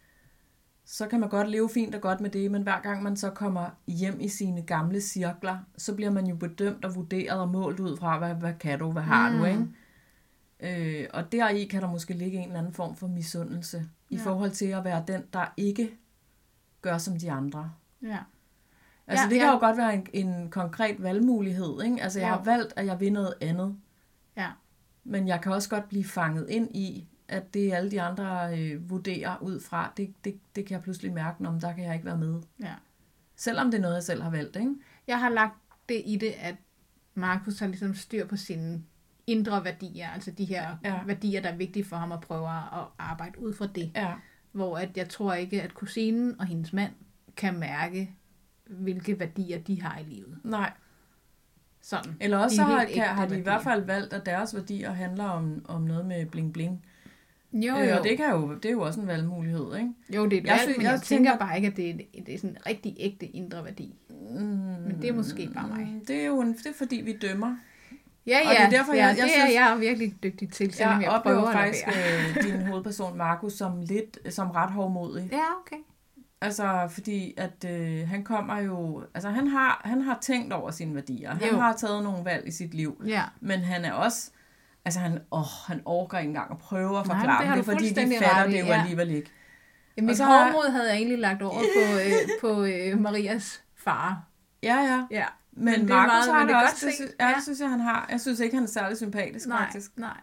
Speaker 2: så kan man godt leve fint og godt med det, men hver gang man så kommer hjem i sine gamle cirkler, så bliver man jo bedømt og vurderet og målt ud fra, hvad, hvad kan du, hvad har
Speaker 1: Mm.
Speaker 2: du, ikke? Øh, og deri kan der måske ligge en eller anden form for misundelse, i
Speaker 1: Ja.
Speaker 2: forhold til at være den, der ikke gør som de andre.
Speaker 1: Ja.
Speaker 2: Altså
Speaker 1: Ja,
Speaker 2: det kan
Speaker 1: ja.
Speaker 2: jo godt være en, en konkret valgmulighed, ikke? Altså jeg
Speaker 1: Ja.
Speaker 2: har valgt, at jeg vil noget andet,
Speaker 1: Ja.
Speaker 2: men jeg kan også godt blive fanget ind i, at det alle de andre øh, vurderer ud fra, det, det, det kan jeg pludselig mærke, om der kan jeg ikke være med.
Speaker 1: Ja.
Speaker 2: Selvom det er noget, jeg selv har valgt, ikke?
Speaker 1: Jeg har lagt det i det, at Markus har ligesom styr på sine indre værdier, altså de her
Speaker 2: Ja.
Speaker 1: ja. værdier, der er vigtige for ham at prøve at arbejde ud fra det.
Speaker 2: Ja.
Speaker 1: Hvor at jeg tror ikke, at kusinen og hendes mand kan mærke, hvilke værdier de har i livet.
Speaker 2: Nej.
Speaker 1: Sådan.
Speaker 2: Eller også
Speaker 1: De
Speaker 2: så
Speaker 1: er
Speaker 2: har,
Speaker 1: helt
Speaker 2: kan,
Speaker 1: ægte
Speaker 2: har de i
Speaker 1: værdier.
Speaker 2: hvert fald valgt, at deres værdier handler om, om noget med bling bling.
Speaker 1: Jo, jo.
Speaker 2: Øh, og det, kan jo, det er jo også en valgmulighed, ikke?
Speaker 1: jo, det er et
Speaker 2: Jeg
Speaker 1: valg,
Speaker 2: synes-
Speaker 1: men
Speaker 2: jeg
Speaker 1: jeg tænker
Speaker 2: tænker-
Speaker 1: bare ikke, at det er, det er sådan en rigtig ægte indre værdi.
Speaker 2: Mm,
Speaker 1: Men det er måske bare mig.
Speaker 2: Det er jo en, det er fordi, vi dømmer.
Speaker 1: Ja,
Speaker 2: Og det
Speaker 1: ja,
Speaker 2: er derfor,
Speaker 1: ja
Speaker 2: jeg-
Speaker 1: det
Speaker 2: jeg
Speaker 1: er
Speaker 2: synes-
Speaker 1: jeg er virkelig dygtig til, selvom
Speaker 2: Jeg
Speaker 1: jeg, prøver
Speaker 2: oplever
Speaker 1: at lade
Speaker 2: faktisk
Speaker 1: være.
Speaker 2: øh, din hovedperson, Markus, som lidt som ret hårdmodig.
Speaker 1: Ja, okay.
Speaker 2: Altså, fordi at øh, han kommer jo... Altså, han har, han har tænkt over sine værdier. Han
Speaker 1: Jo.
Speaker 2: har taget nogle valg i sit liv.
Speaker 1: Ja.
Speaker 2: Men han er også... Altså, han, åh, han orker ikke engang at prøve at
Speaker 1: Nej,
Speaker 2: forklare
Speaker 1: det har
Speaker 2: dem. Det er
Speaker 1: du
Speaker 2: fordi, de
Speaker 1: fuldstændig
Speaker 2: fatter
Speaker 1: ret i,
Speaker 2: det jo
Speaker 1: ja.
Speaker 2: alligevel ikke.
Speaker 1: Ja,
Speaker 2: Og
Speaker 1: mit
Speaker 2: så har jeg-
Speaker 1: hårdmod havde jeg egentlig lagt over på, øh, på øh, Marias far.
Speaker 2: Ja, ja.
Speaker 1: Ja.
Speaker 2: Men,
Speaker 1: Men det er
Speaker 2: Markus
Speaker 1: meget-
Speaker 2: har
Speaker 1: men
Speaker 2: det
Speaker 1: det er
Speaker 2: også.
Speaker 1: godt
Speaker 2: Det,
Speaker 1: set.
Speaker 2: synes, ja,
Speaker 1: Ja.
Speaker 2: det synes jeg, han har. Jeg synes ikke, han er særlig sympatisk,
Speaker 1: Nej,
Speaker 2: faktisk.
Speaker 1: nej.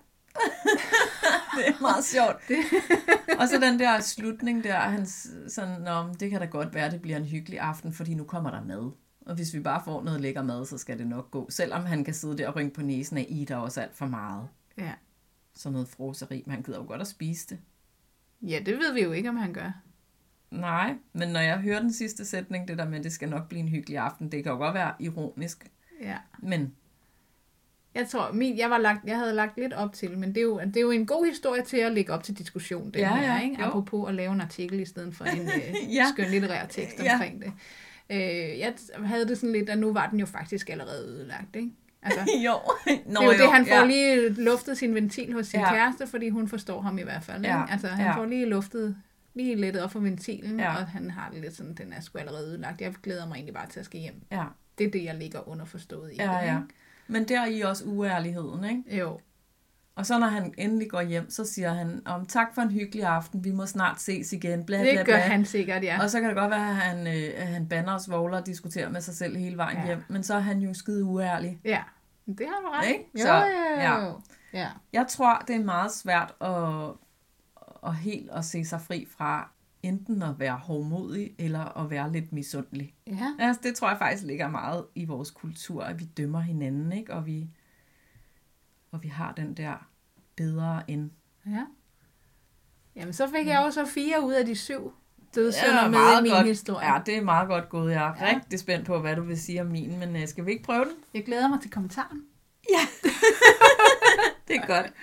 Speaker 2: Det er meget sjovt. Og så den der slutning der, han s- sådan, nå, men det kan da godt være, det bliver en hyggelig aften, fordi nu kommer der mad. Og hvis vi bare får noget lækker mad, så skal det nok gå. Selvom han kan sidde der og rynke på næsen af, I der også alt for meget.
Speaker 1: Ja.
Speaker 2: Sådan noget froseri, men han gider jo godt at spise det.
Speaker 1: Ja, det ved vi jo ikke, om han gør.
Speaker 2: Nej, men når jeg hører den sidste sætning, det der med, at det skal nok blive en hyggelig aften, det kan jo godt være ironisk.
Speaker 1: Ja.
Speaker 2: Men
Speaker 1: Jeg tror, min, jeg, var lagt, jeg havde lagt lidt op til, men det er, jo, det er jo en god historie til at lægge op til diskussion. Den
Speaker 2: Ja,
Speaker 1: her,
Speaker 2: ja,
Speaker 1: ikke?
Speaker 2: jo.
Speaker 1: Apropos at lave en artikel i stedet for en øh,
Speaker 2: Ja.
Speaker 1: skøn litterær tekst
Speaker 2: Ja.
Speaker 1: omkring det. Øh, jeg havde det sådan lidt, at nu var den jo faktisk allerede ødelagt, ikke? Altså,
Speaker 2: jo. Nå,
Speaker 1: det er jo det, han får
Speaker 2: ja.
Speaker 1: lige luftet sin ventil hos sin
Speaker 2: Ja.
Speaker 1: kæreste, fordi hun forstår ham i hvert fald. Ikke?
Speaker 2: Ja.
Speaker 1: Altså, han
Speaker 2: Ja.
Speaker 1: får lige luftet, lige lettet op for ventilen,
Speaker 2: Ja.
Speaker 1: og han har det lidt sådan, den er sgu allerede ødelagt. Jeg glæder mig egentlig bare til at skal hjem.
Speaker 2: Ja,
Speaker 1: Det er det, jeg ligger underforstået i
Speaker 2: ja,
Speaker 1: det,
Speaker 2: ja.
Speaker 1: ikke?
Speaker 2: Men der er I også uærligheden, ikke?
Speaker 1: Jo.
Speaker 2: Og så når han endelig går hjem, så siger han, om tak for en hyggelig aften, vi må snart ses igen, bla,
Speaker 1: det
Speaker 2: bla,
Speaker 1: gør
Speaker 2: bla.
Speaker 1: han sikkert, ja.
Speaker 2: Og så kan det godt være, at han, øh, at han banner og svogler og diskuterer med sig selv hele vejen ja. hjem, men så er han jo skide uærlig.
Speaker 1: Ja, det har du ret.
Speaker 2: Ikke?
Speaker 1: Jo,
Speaker 2: Så,
Speaker 1: jo,
Speaker 2: ja.
Speaker 1: jo. Ja.
Speaker 2: Jeg tror, det er meget svært at, at helt at se sig fri fra enten at være hårdmodig, eller at være lidt misundelig.
Speaker 1: Ja.
Speaker 2: Altså, det tror jeg faktisk ligger meget i vores kultur, at vi dømmer hinanden, ikke? Og vi, og vi har den der bedre end.
Speaker 1: Ja. Jamen, så fik jeg også fire ud af de syv dødssynder
Speaker 2: ja,
Speaker 1: med i min
Speaker 2: godt.
Speaker 1: historie.
Speaker 2: Ja, det er meget godt gået. Jeg er
Speaker 1: ja.
Speaker 2: rigtig spændt på, hvad du vil sige om min, men uh, skal vi ikke prøve den?
Speaker 1: Jeg glæder mig til kommentaren.
Speaker 2: Ja, det er godt.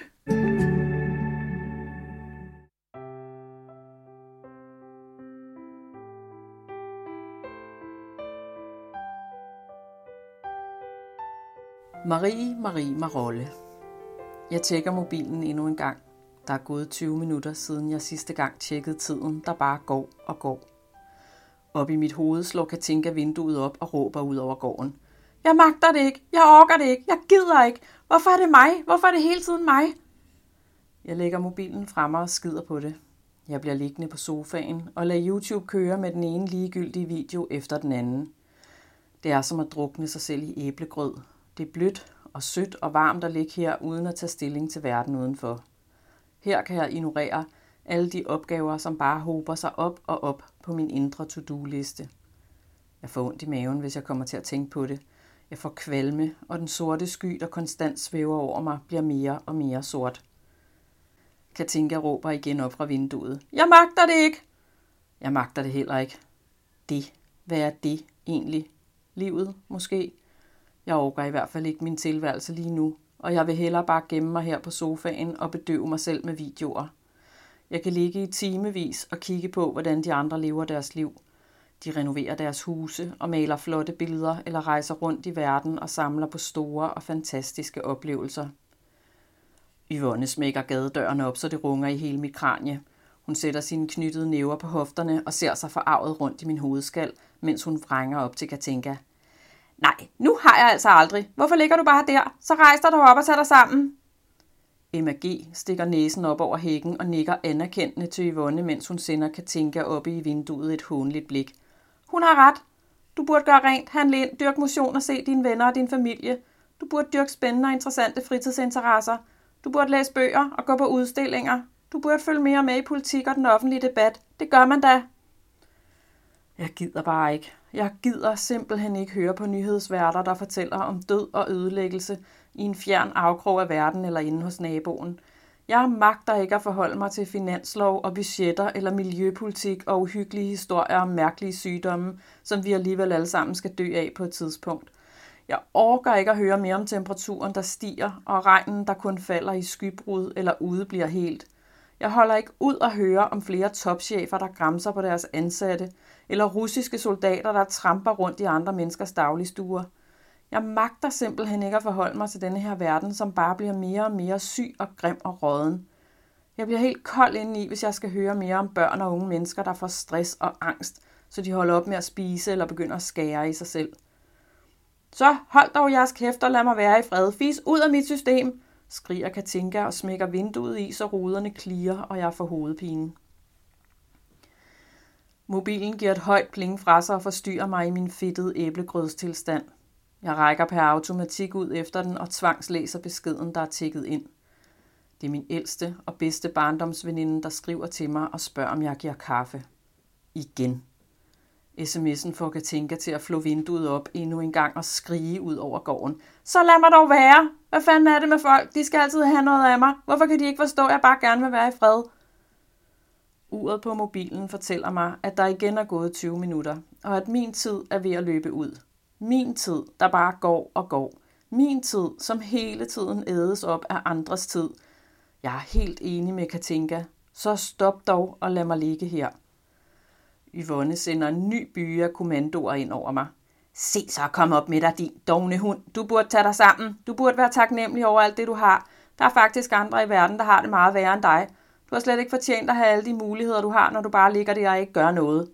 Speaker 2: Marie Marie Marolle. Jeg tjekker mobilen endnu en gang. Der er gået tyve minutter siden jeg sidste gang tjekkede tiden, der bare går og går. Op i mit hoved slår Katinka vinduet op og råber ud over gården. Jeg magter det ikke. Jeg orker det ikke. Jeg gider ikke. Hvorfor er det mig? Hvorfor er det hele tiden mig? Jeg lægger mobilen fremme og skider på det. Jeg bliver liggende på sofaen og lader YouTube køre med den ene ligegyldige video efter den anden. Det er som at drukne sig selv i æblegrød. Det er blødt og sødt og varmt at ligge her uden at tage stilling til verden udenfor. Her kan jeg ignorere alle de opgaver, som bare hober sig op og op på min indre to-do-liste. Jeg får ondt i maven, hvis jeg kommer til at tænke på det. Jeg får kvalme, og den sorte sky, der konstant svæver over mig, bliver mere og mere sort. Katinka råber igen op fra vinduet. Jeg magter det ikke! Jeg magter det heller ikke. Det. Hvad er det egentlig? Livet, måske? Jeg orker i hvert fald ikke min tilværelse lige nu, og jeg vil hellere bare gemme mig her på sofaen og bedøve mig selv med videoer. Jeg kan ligge i timevis og kigge på, hvordan de andre lever deres liv. De renoverer deres huse og maler flotte billeder eller rejser rundt i verden og samler på store og fantastiske oplevelser. Yvonne smækker gadedøren op, så det runger i hele mit kranie. Hun sætter sine knyttede næver på hofterne og ser sig forarvet rundt i min hovedskal, mens hun vrænger op til Katinka. Nej, nu har jeg altså aldrig. Hvorfor ligger du bare der? Så rejs dig op og tag dig sammen. Emma G. stikker næsen op over hækken og nikker anerkendende til Yvonne, mens hun sender Katinka oppe i vinduet et hånligt blik. Hun har ret. Du burde gøre rent, handle ind, dyrke motion og se dine venner og din familie. Du burde dyrke spændende og interessante fritidsinteresser. Du burde læse bøger og gå på udstillinger. Du burde følge mere med i politik og den offentlige debat. Det gør man da. Jeg gider bare ikke. Jeg gider simpelthen ikke høre på nyhedsværter, der fortæller om død og ødelæggelse i en fjern afkrog af verden eller inde hos naboen. Jeg magter ikke at forholde mig til finanslov og budgetter eller miljøpolitik og uhyggelige historier om mærkelige sygdomme, som vi alligevel alle sammen skal dø af på et tidspunkt. Jeg orker ikke at høre mere om temperaturen, der stiger, og regnen, der kun falder i skybrud eller udebliver helt. Jeg holder ikke ud at høre om flere topchefer, der græmser på deres ansatte, eller russiske soldater, der tramper rundt i andre menneskers dagligstuer. Jeg magter simpelthen ikke at forholde mig til denne her verden, som bare bliver mere og mere syg og grim og rådden. Jeg bliver helt kold indeni, hvis jeg skal høre mere om børn og unge mennesker, der får stress og angst, så de holder op med at spise eller begynder at skære i sig selv. Så hold dog jeres kæft og lad mig være i fred. Fis ud af mit system, skriger Katinka og smækker vinduet i, så ruderne klirrer, og jeg får hovedpine. Mobilen giver et højt pling fra sig og forstyrrer mig i min fedtede æblegrødstilstand. Jeg rækker per automatik ud efter den og tvangslæser beskeden, der er tikket ind. Det er min ældste og bedste barndomsveninde, der skriver til mig og spørger, om jeg giver kaffe. Igen. sms'en får Katinka til at flå vinduet op endnu en gang og skrige ud over gården. Så lad mig dog være! Hvad fanden er det med folk? De skal altid have noget af mig. Hvorfor kan de ikke forstå, at jeg bare gerne vil være i fred? Uret på mobilen fortæller mig, at der igen er gået tyve minutter, og at min tid er ved at løbe ud. Min tid, der bare går og går. Min tid, som hele tiden ædes op af andres tid. Jeg er helt enig med Katinka. Så stop dog og lad mig ligge her. Yvonne sender en ny byge af kommandoer ind over mig. Se så, kom op med dig, din dovne hund. Du burde tage dig sammen. Du burde være taknemmelig over alt det, du har. Der er faktisk andre i verden, der har det meget værre end dig. Du har slet ikke fortjent at have alle de muligheder, du har, når du bare ligger der og ikke gør noget.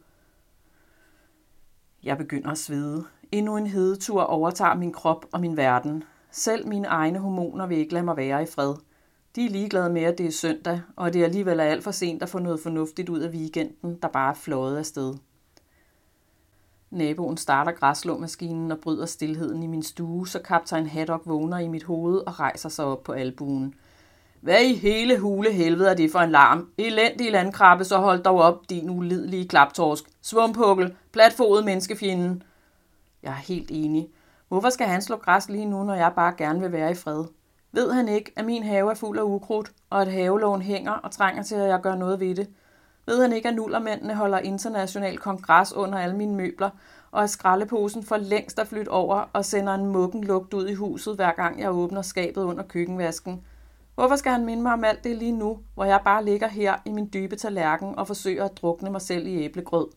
Speaker 2: Jeg begynder at svede. Endnu en hedetur overtager min krop og min verden. Selv mine egne hormoner vil ikke lade mig være i fred.
Speaker 3: De er ligeglade med, at det er søndag, og det er alligevel alt for sent at få noget fornuftigt ud af weekenden, der bare er fløjet afsted. Naboen starter græsslåmaskinen og bryder stilheden i min stue, så kaptajn Haddock vågner i mit hoved og rejser sig op på albuen. Hvad i hele hule helvede er det for en larm? Elendig landkrabbe, så hold dog op, din ulidelige klaptorsk. Svumpukkel, platfodet menneskefjenden. Jeg er helt enig. Hvorfor skal han slå græs lige nu, når jeg bare gerne vil være i fred? Ved han ikke, at min have er fuld af ukrudt, og at havelån hænger og trænger til, at jeg gør noget ved det? Ved han ikke, at nullermændene holder international kongres under alle mine møbler, og at skraldeposen for længst er flyttet over og sender en muggen lugt ud i huset, hver gang jeg åbner skabet under køkkenvasken? Hvorfor skal han minde mig om alt det lige nu, hvor jeg bare ligger her i min dybe tallerken og forsøger at drukne mig selv i æblegrød?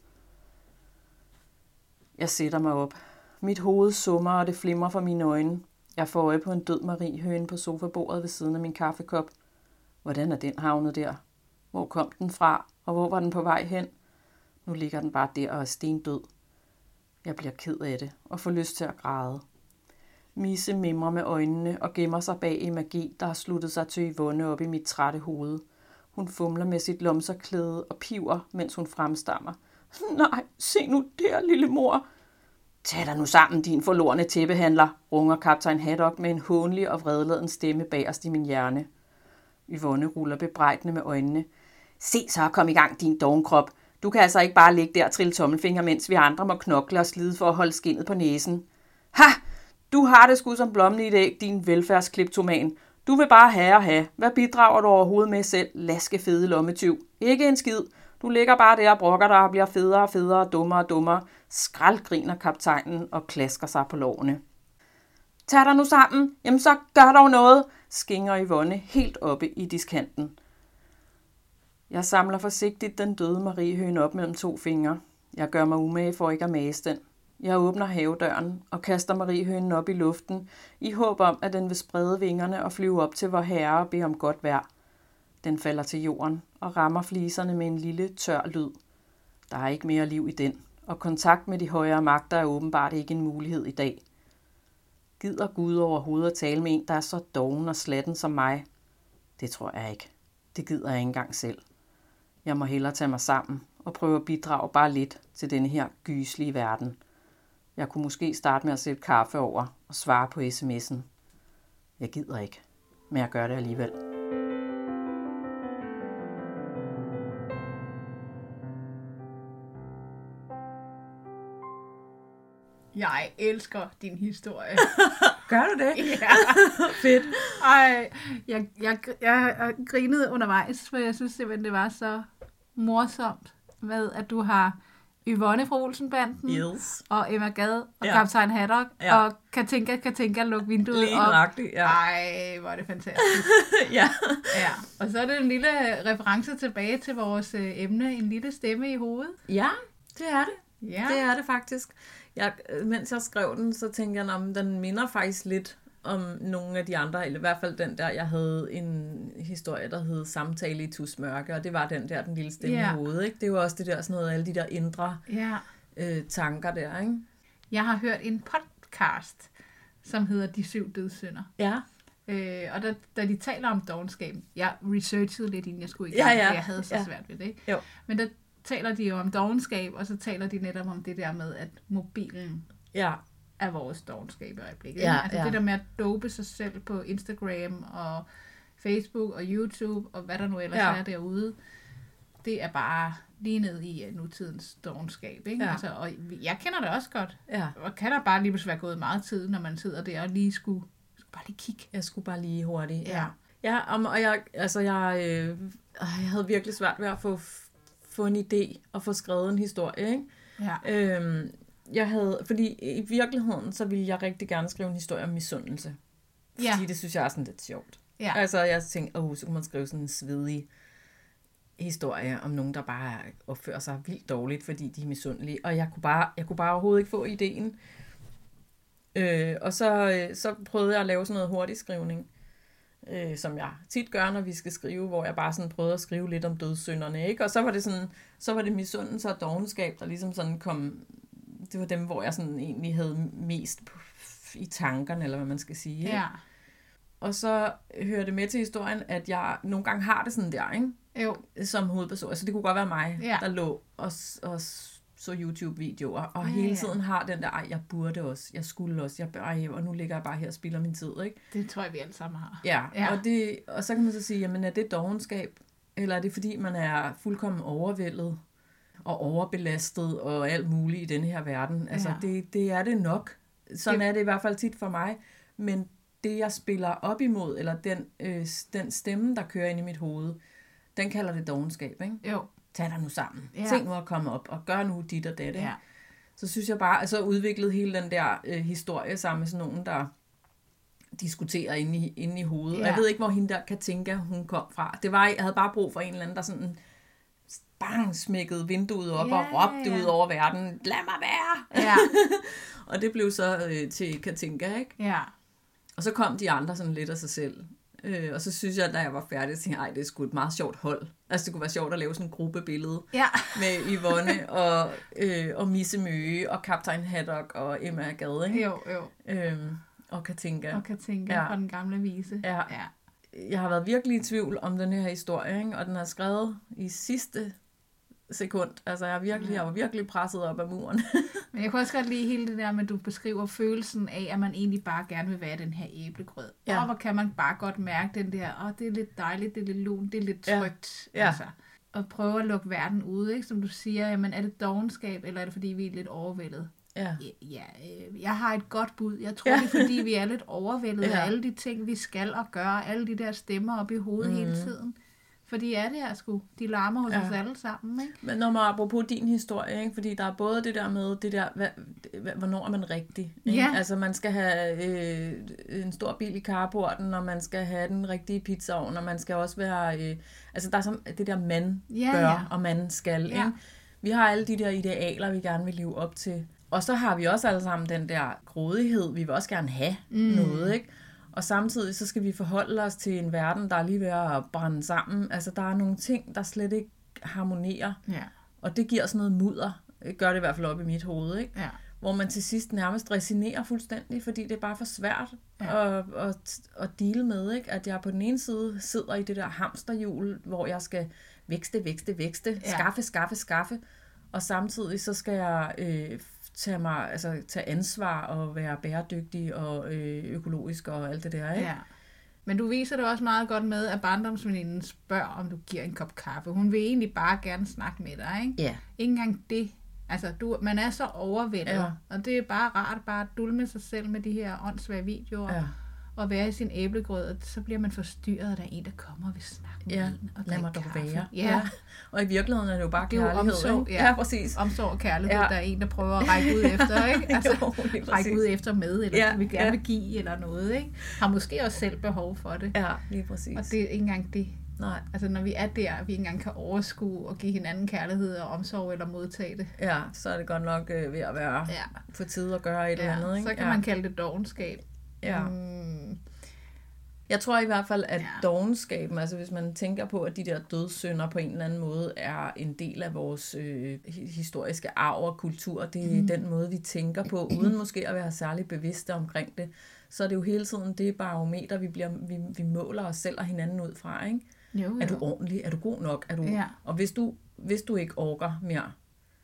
Speaker 3: Jeg sætter mig op. Mit hoved summer, og det flimrer for mine øjne. Jeg får øje på en død mariehøne på sofabordet ved siden af min kaffekop. Hvordan er den havnet der? Hvor kom den fra, og hvor var den på vej hen? Nu ligger den bare der og er stendød. Jeg bliver ked af det og får lyst til at græde. Misse mimrer med øjnene og gemmer sig bag i magi, der har sluttet sig til Yvonne op i mit trætte hoved. Hun fumler med sit lomserklæde og piver, mens hun fremstammer. Nej, se nu der, lille mor. Tag dig nu sammen, din forlorne tæppehandler, runger kaptajn Haddock med en hånlig og vredladen stemme bagerst i min hjerne. Yvonne ruller bebrejdende med øjnene. Se så, kom i gang, din dovenkrop. Du kan altså ikke bare ligge der og trille tommelfinger, mens vi andre må knokle og slide for at holde skindet på næsen. Ha! Du har det sgu som blommen i et æg, din velfærdskliptoman. Du vil bare have og have. Hvad bidrager du overhovedet med selv, laske fede lommetyv? Ikke en skid. Du ligger bare der og brokker dig og bliver federe og federe og dummere og dummere. Skraldgriner kaptajnen og klasker sig på lårene. Tag dig nu sammen. Jamen så gør dog noget, skinger Yvonne helt oppe i diskanten. Jeg samler forsigtigt den døde mariehøne op mellem to fingre. Jeg gør mig umage for ikke at mase den. Jeg åbner havedøren og kaster mariehønen op i luften, i håb om, at den vil sprede vingerne og flyve op til vor herre og bede om godt vejr. Den falder til jorden og rammer fliserne med en lille, tør lyd. Der er ikke mere liv i den, og kontakt med de højere magter er åbenbart ikke en mulighed i dag. Gider Gud overhovedet at tale med en, der er så doven og slatten som mig? Det tror jeg ikke. Det gider jeg ikke engang selv. Jeg må hellere tage mig sammen og prøve at bidrage bare lidt til denne her gyselige verden. Jeg kunne måske starte med at sætte kaffe over og svare på sms'en. Jeg gider ikke, men jeg gør det alligevel.
Speaker 1: Jeg elsker din historie.
Speaker 2: Gør du det?
Speaker 1: Ja.
Speaker 2: Fedt.
Speaker 1: Ej, jeg, jeg, jeg, jeg grinede undervejs, for jeg synes simpelthen, det var så morsomt med, at du har Yvonne fra Olsenbanden,
Speaker 2: Yes.
Speaker 1: og Emma Gad, og
Speaker 2: Ja.
Speaker 1: kaptajn Haddock,
Speaker 2: Ja.
Speaker 1: og Katinka, Katinka, luk vinduet
Speaker 2: Lige
Speaker 1: op.
Speaker 2: nøjagtigt, ja.
Speaker 1: Ej, hvor er det fantastisk.
Speaker 2: Ja.
Speaker 1: Ja. Og så er det en lille reference tilbage til vores øh, emne, en lille stemme i hovedet.
Speaker 2: Ja, det er det.
Speaker 1: Ja.
Speaker 2: Det er det faktisk. Jeg, mens jeg skrev den, så tænkte jeg, om den minder faktisk lidt om nogle af de andre, eller i hvert fald den der, jeg havde en historie, der hed Samtale i Tusmørke, og det var den der, den lille stemme
Speaker 1: Ja.
Speaker 2: i hovedet, ikke? Det er jo også det der, sådan noget, alle de der indre
Speaker 1: Ja.
Speaker 2: øh, tanker der, ikke?
Speaker 1: Jeg har hørt en podcast, som hedder De Syv Dødssynder.
Speaker 2: Ja.
Speaker 1: Øh, og da, da de taler om dovenskab, jeg researchede lidt, inden jeg skulle i gang,
Speaker 2: Ja, ja.
Speaker 1: for jeg havde så
Speaker 2: Ja.
Speaker 1: svært ved det. Ikke?
Speaker 2: Jo.
Speaker 1: Men der taler de jo om dovenskab, og så taler de netop om det der med, at mobilen
Speaker 2: Ja.
Speaker 1: er vores dovenskab i øjeblikket.
Speaker 2: Ja,
Speaker 1: ikke? Altså
Speaker 2: ja.
Speaker 1: det der med at dope sig selv på Instagram og Facebook og YouTube og hvad der nu ellers
Speaker 2: Ja.
Speaker 1: er derude, det er bare lige ned i uh, nutidens dovenskab. Ikke?
Speaker 2: Ja.
Speaker 1: Altså, og jeg kender det også godt.
Speaker 2: Ja.
Speaker 1: Og kan der bare lige pludselig være gået meget tid, når man sidder der og lige skulle, skulle bare lige kigge.
Speaker 2: Jeg skulle bare lige hurtigt.
Speaker 1: Ja.
Speaker 2: Ja, om, og jeg, altså jeg, øh, jeg havde virkelig svært ved at få, få en idé og få skrevet en historie, ikke?
Speaker 1: Ja.
Speaker 2: Øhm, jeg havde, fordi i virkeligheden, så ville jeg rigtig gerne skrive en historie om misundelse. Fordi
Speaker 1: Ja.
Speaker 2: det synes jeg er sådan lidt sjovt.
Speaker 1: Ja.
Speaker 2: Altså jeg tænkte, åh, så kunne man skrive sådan en svedig historie om nogen, der bare opfører sig vildt dårligt, fordi de er misundelige. Og jeg kunne bare, jeg kunne bare overhovedet ikke få ideen. Øh, og så, øh, så prøvede jeg at lave sådan noget hurtig skrivning, øh, som jeg tit gør, når vi skal skrive, hvor jeg bare sådan prøvede at skrive lidt om dødssynderne, ikke? Og så var det sådan, så var det misundelse og dovenskab, der ligesom sådan kom, det var dem, hvor jeg sådan egentlig havde mest på, i tankerne, eller hvad man skal sige, ikke?
Speaker 1: Ja.
Speaker 2: Og så hører det med til historien, at jeg nogle gange har det sådan der, ikke?
Speaker 1: Jo.
Speaker 2: Som hovedperson. Så det kunne godt være mig,
Speaker 1: Ja.
Speaker 2: der lå og, og så YouTube-videoer, og
Speaker 1: Ja,
Speaker 2: hele
Speaker 1: ja.
Speaker 2: tiden har den der, ej, jeg burde også, jeg skulle også, jeg bør, ej, og nu ligger jeg bare her og spilder min tid, ikke?
Speaker 1: Det tror jeg, vi alle sammen har.
Speaker 2: Ja,
Speaker 1: Ja.
Speaker 2: Og, det, og så kan man så sige, jamen er det dovenskab, eller er det fordi, man er fuldkommen overvældet og overbelastet og alt muligt i denne her verden? Altså,
Speaker 1: Ja.
Speaker 2: det, det er det nok. Sådan
Speaker 1: Det-
Speaker 2: er det i hvert fald tit for mig, men det, jeg spiller op imod, eller den, øh, den stemme, der kører ind i mit hoved, den kalder det dovenskab, ikke?
Speaker 1: Jo.
Speaker 2: Tag dig nu sammen.
Speaker 1: Ja.
Speaker 2: Tænk nu at komme op, og gør nu dit og det.
Speaker 1: Ja.
Speaker 2: Så synes jeg bare, altså udviklet hele den der øh, historie sammen med sådan nogen, der diskuterer inde i, inde i hovedet.
Speaker 1: Ja.
Speaker 2: Ja. Jeg ved ikke, hvor hende der Katinka, hun kom fra. Det var, jeg havde bare brug for en eller anden, der sådan bang, smækkede vinduet op
Speaker 1: Ja,
Speaker 2: og råbte
Speaker 1: ja.
Speaker 2: ud over verden, lad mig være!
Speaker 1: Ja.
Speaker 2: Og det blev så øh, til Katinka, ikke?
Speaker 1: Ja.
Speaker 2: Og så kom de andre sådan lidt af sig selv. Øh, og så synes jeg, da jeg var færdig, så tænkte jeg, ej, det er sgu et meget sjovt hold. Altså, det kunne være sjovt at lave sådan en gruppebillede
Speaker 1: Ja.
Speaker 2: med Yvonne og, øh, og Misse Møge og Kaptajn Haddock og Emma Gade, ikke?
Speaker 1: Jo, jo.
Speaker 2: Øhm, og Katinka.
Speaker 1: Og kan tænke
Speaker 2: Ja.
Speaker 1: fra den gamle vise.
Speaker 2: Ja.
Speaker 1: Ja.
Speaker 2: Jeg har været virkelig i tvivl om den her historie, ikke? Og den er skrevet i sidste sekund. Altså, jeg, er virkelig, jeg var virkelig presset op af muren.
Speaker 1: Men jeg kunne også godt lide hele det der med, at du beskriver følelsen af, at man egentlig bare gerne vil være den her æblegrød.
Speaker 2: Ja.
Speaker 1: Og hvor kan man bare godt mærke den der, åh, oh, det er lidt dejligt, det er lidt lunt, det er lidt
Speaker 2: Ja.
Speaker 1: trygt.
Speaker 2: Ja.
Speaker 1: Altså. Og prøve at lukke verden ude, ikke? Som du siger, jamen er det dovenskab, eller er det fordi, vi er lidt overvældet?
Speaker 2: Ja.
Speaker 1: Ja, øh, jeg har et godt bud. Jeg tror,
Speaker 2: Ja.
Speaker 1: det er fordi, vi er lidt overvældet
Speaker 2: Ja.
Speaker 1: af alle de ting, vi skal og gøre, alle de der stemmer op i hovedet mm. hele tiden. For de er det her sgu. De larmer hos
Speaker 2: Ja.
Speaker 1: os alle sammen, ikke?
Speaker 2: Men når man apropos din historie, ikke? Fordi der er både det der med, det der, hvad, hvad, hvornår er man rigtig? Ikke?
Speaker 1: Ja.
Speaker 2: Altså man skal have øh, en stor bil i carporten, og man skal have den rigtige pizzaovn, og man skal også være, øh, altså der er sådan det der man
Speaker 1: Ja,
Speaker 2: bør,
Speaker 1: ja.
Speaker 2: og man skal.
Speaker 1: Ja.
Speaker 2: Ikke? Vi har alle de der idealer, vi gerne vil leve op til. Og så har vi også alle sammen den der grådighed, vi vil også gerne have mm. noget, ikke? Og samtidig så skal vi forholde os til en verden, der er lige ved at brænde sammen. Altså der er nogle ting, der slet ikke harmonerer.
Speaker 1: Ja.
Speaker 2: Og det giver sådan noget mudder, gør det i hvert fald op i mit hoved, ikke?
Speaker 1: Ja.
Speaker 2: Hvor man til sidst nærmest resignerer fuldstændig, fordi det er bare for svært
Speaker 1: Ja.
Speaker 2: at, at, at deale med, ikke? At jeg på den ene side sidder i det der hamsterhjul, hvor jeg skal vækste, vækste, vækste,
Speaker 1: Ja.
Speaker 2: skaffe, skaffe, skaffe, og samtidig så skal jeg øh, tage, mig, altså, tage ansvar og være bæredygtig og øh, økologisk og alt det der, ikke?
Speaker 1: Ja. Men du viser det også meget godt med, at barndomsveninden spørger, om du giver en kop kaffe. Hun vil egentlig bare gerne snakke med dig, ikke?
Speaker 2: Ja.
Speaker 1: Ikke engang det. Altså, du, man er så overvældet,
Speaker 2: Ja.
Speaker 1: og det er bare rart bare at dulme sig selv med de her åndssvage videoer,
Speaker 2: Ja.
Speaker 1: og være i sin æblegrød, og så bliver man forstyrret, at der er en, der kommer og vil snakke med
Speaker 2: Ja,
Speaker 1: en. Og
Speaker 2: lad mig
Speaker 1: drikke
Speaker 2: dog
Speaker 1: kaffe.
Speaker 2: være.
Speaker 1: Ja,
Speaker 2: Og i virkeligheden er det jo bare
Speaker 1: det er jo
Speaker 2: kærlighed,
Speaker 1: omsorg.
Speaker 2: ikke? Ja, præcis.
Speaker 1: Omsorg og kærlighed,
Speaker 2: Ja.
Speaker 1: der er en, der prøver at række ud efter, ikke? Altså,
Speaker 2: Jo, lige
Speaker 1: række
Speaker 2: præcis.
Speaker 1: ud efter med, eller
Speaker 2: Ja,
Speaker 1: ja, vil gerne
Speaker 2: ja.
Speaker 1: vil give, eller noget, ikke? Har måske også selv behov for det.
Speaker 2: Ja, lige præcis.
Speaker 1: Og det er ikke engang det.
Speaker 2: Nej.
Speaker 1: Altså, når vi er der, at vi ikke engang kan overskue og give hinanden kærlighed og omsorg eller modtage det.
Speaker 2: Ja, så er det godt nok øh, ved at være
Speaker 1: Ja.
Speaker 2: på tide at gøre et eller andet.
Speaker 1: Ja,
Speaker 2: Ikke?
Speaker 1: så kan
Speaker 2: ja.
Speaker 1: man kalde det dovenskab.
Speaker 2: Ja.
Speaker 1: Mm,
Speaker 2: Jeg tror i hvert fald, at
Speaker 1: Ja.
Speaker 2: ja. dovenskaben, altså hvis man tænker på, at de der dødssynder på en eller anden måde er en del af vores øh, hi- historiske arv og kultur, det er mm. den måde, vi tænker på, uden måske at være særlig bevidste omkring det, så er det jo hele tiden det barometer, vi, bliver, vi, vi måler os selv og hinanden ud fra, ikke?
Speaker 1: jo, jo.
Speaker 2: Er du ordentlig? Er du god nok? Er du...
Speaker 1: Ja.
Speaker 2: Og hvis du, hvis du ikke orker mere,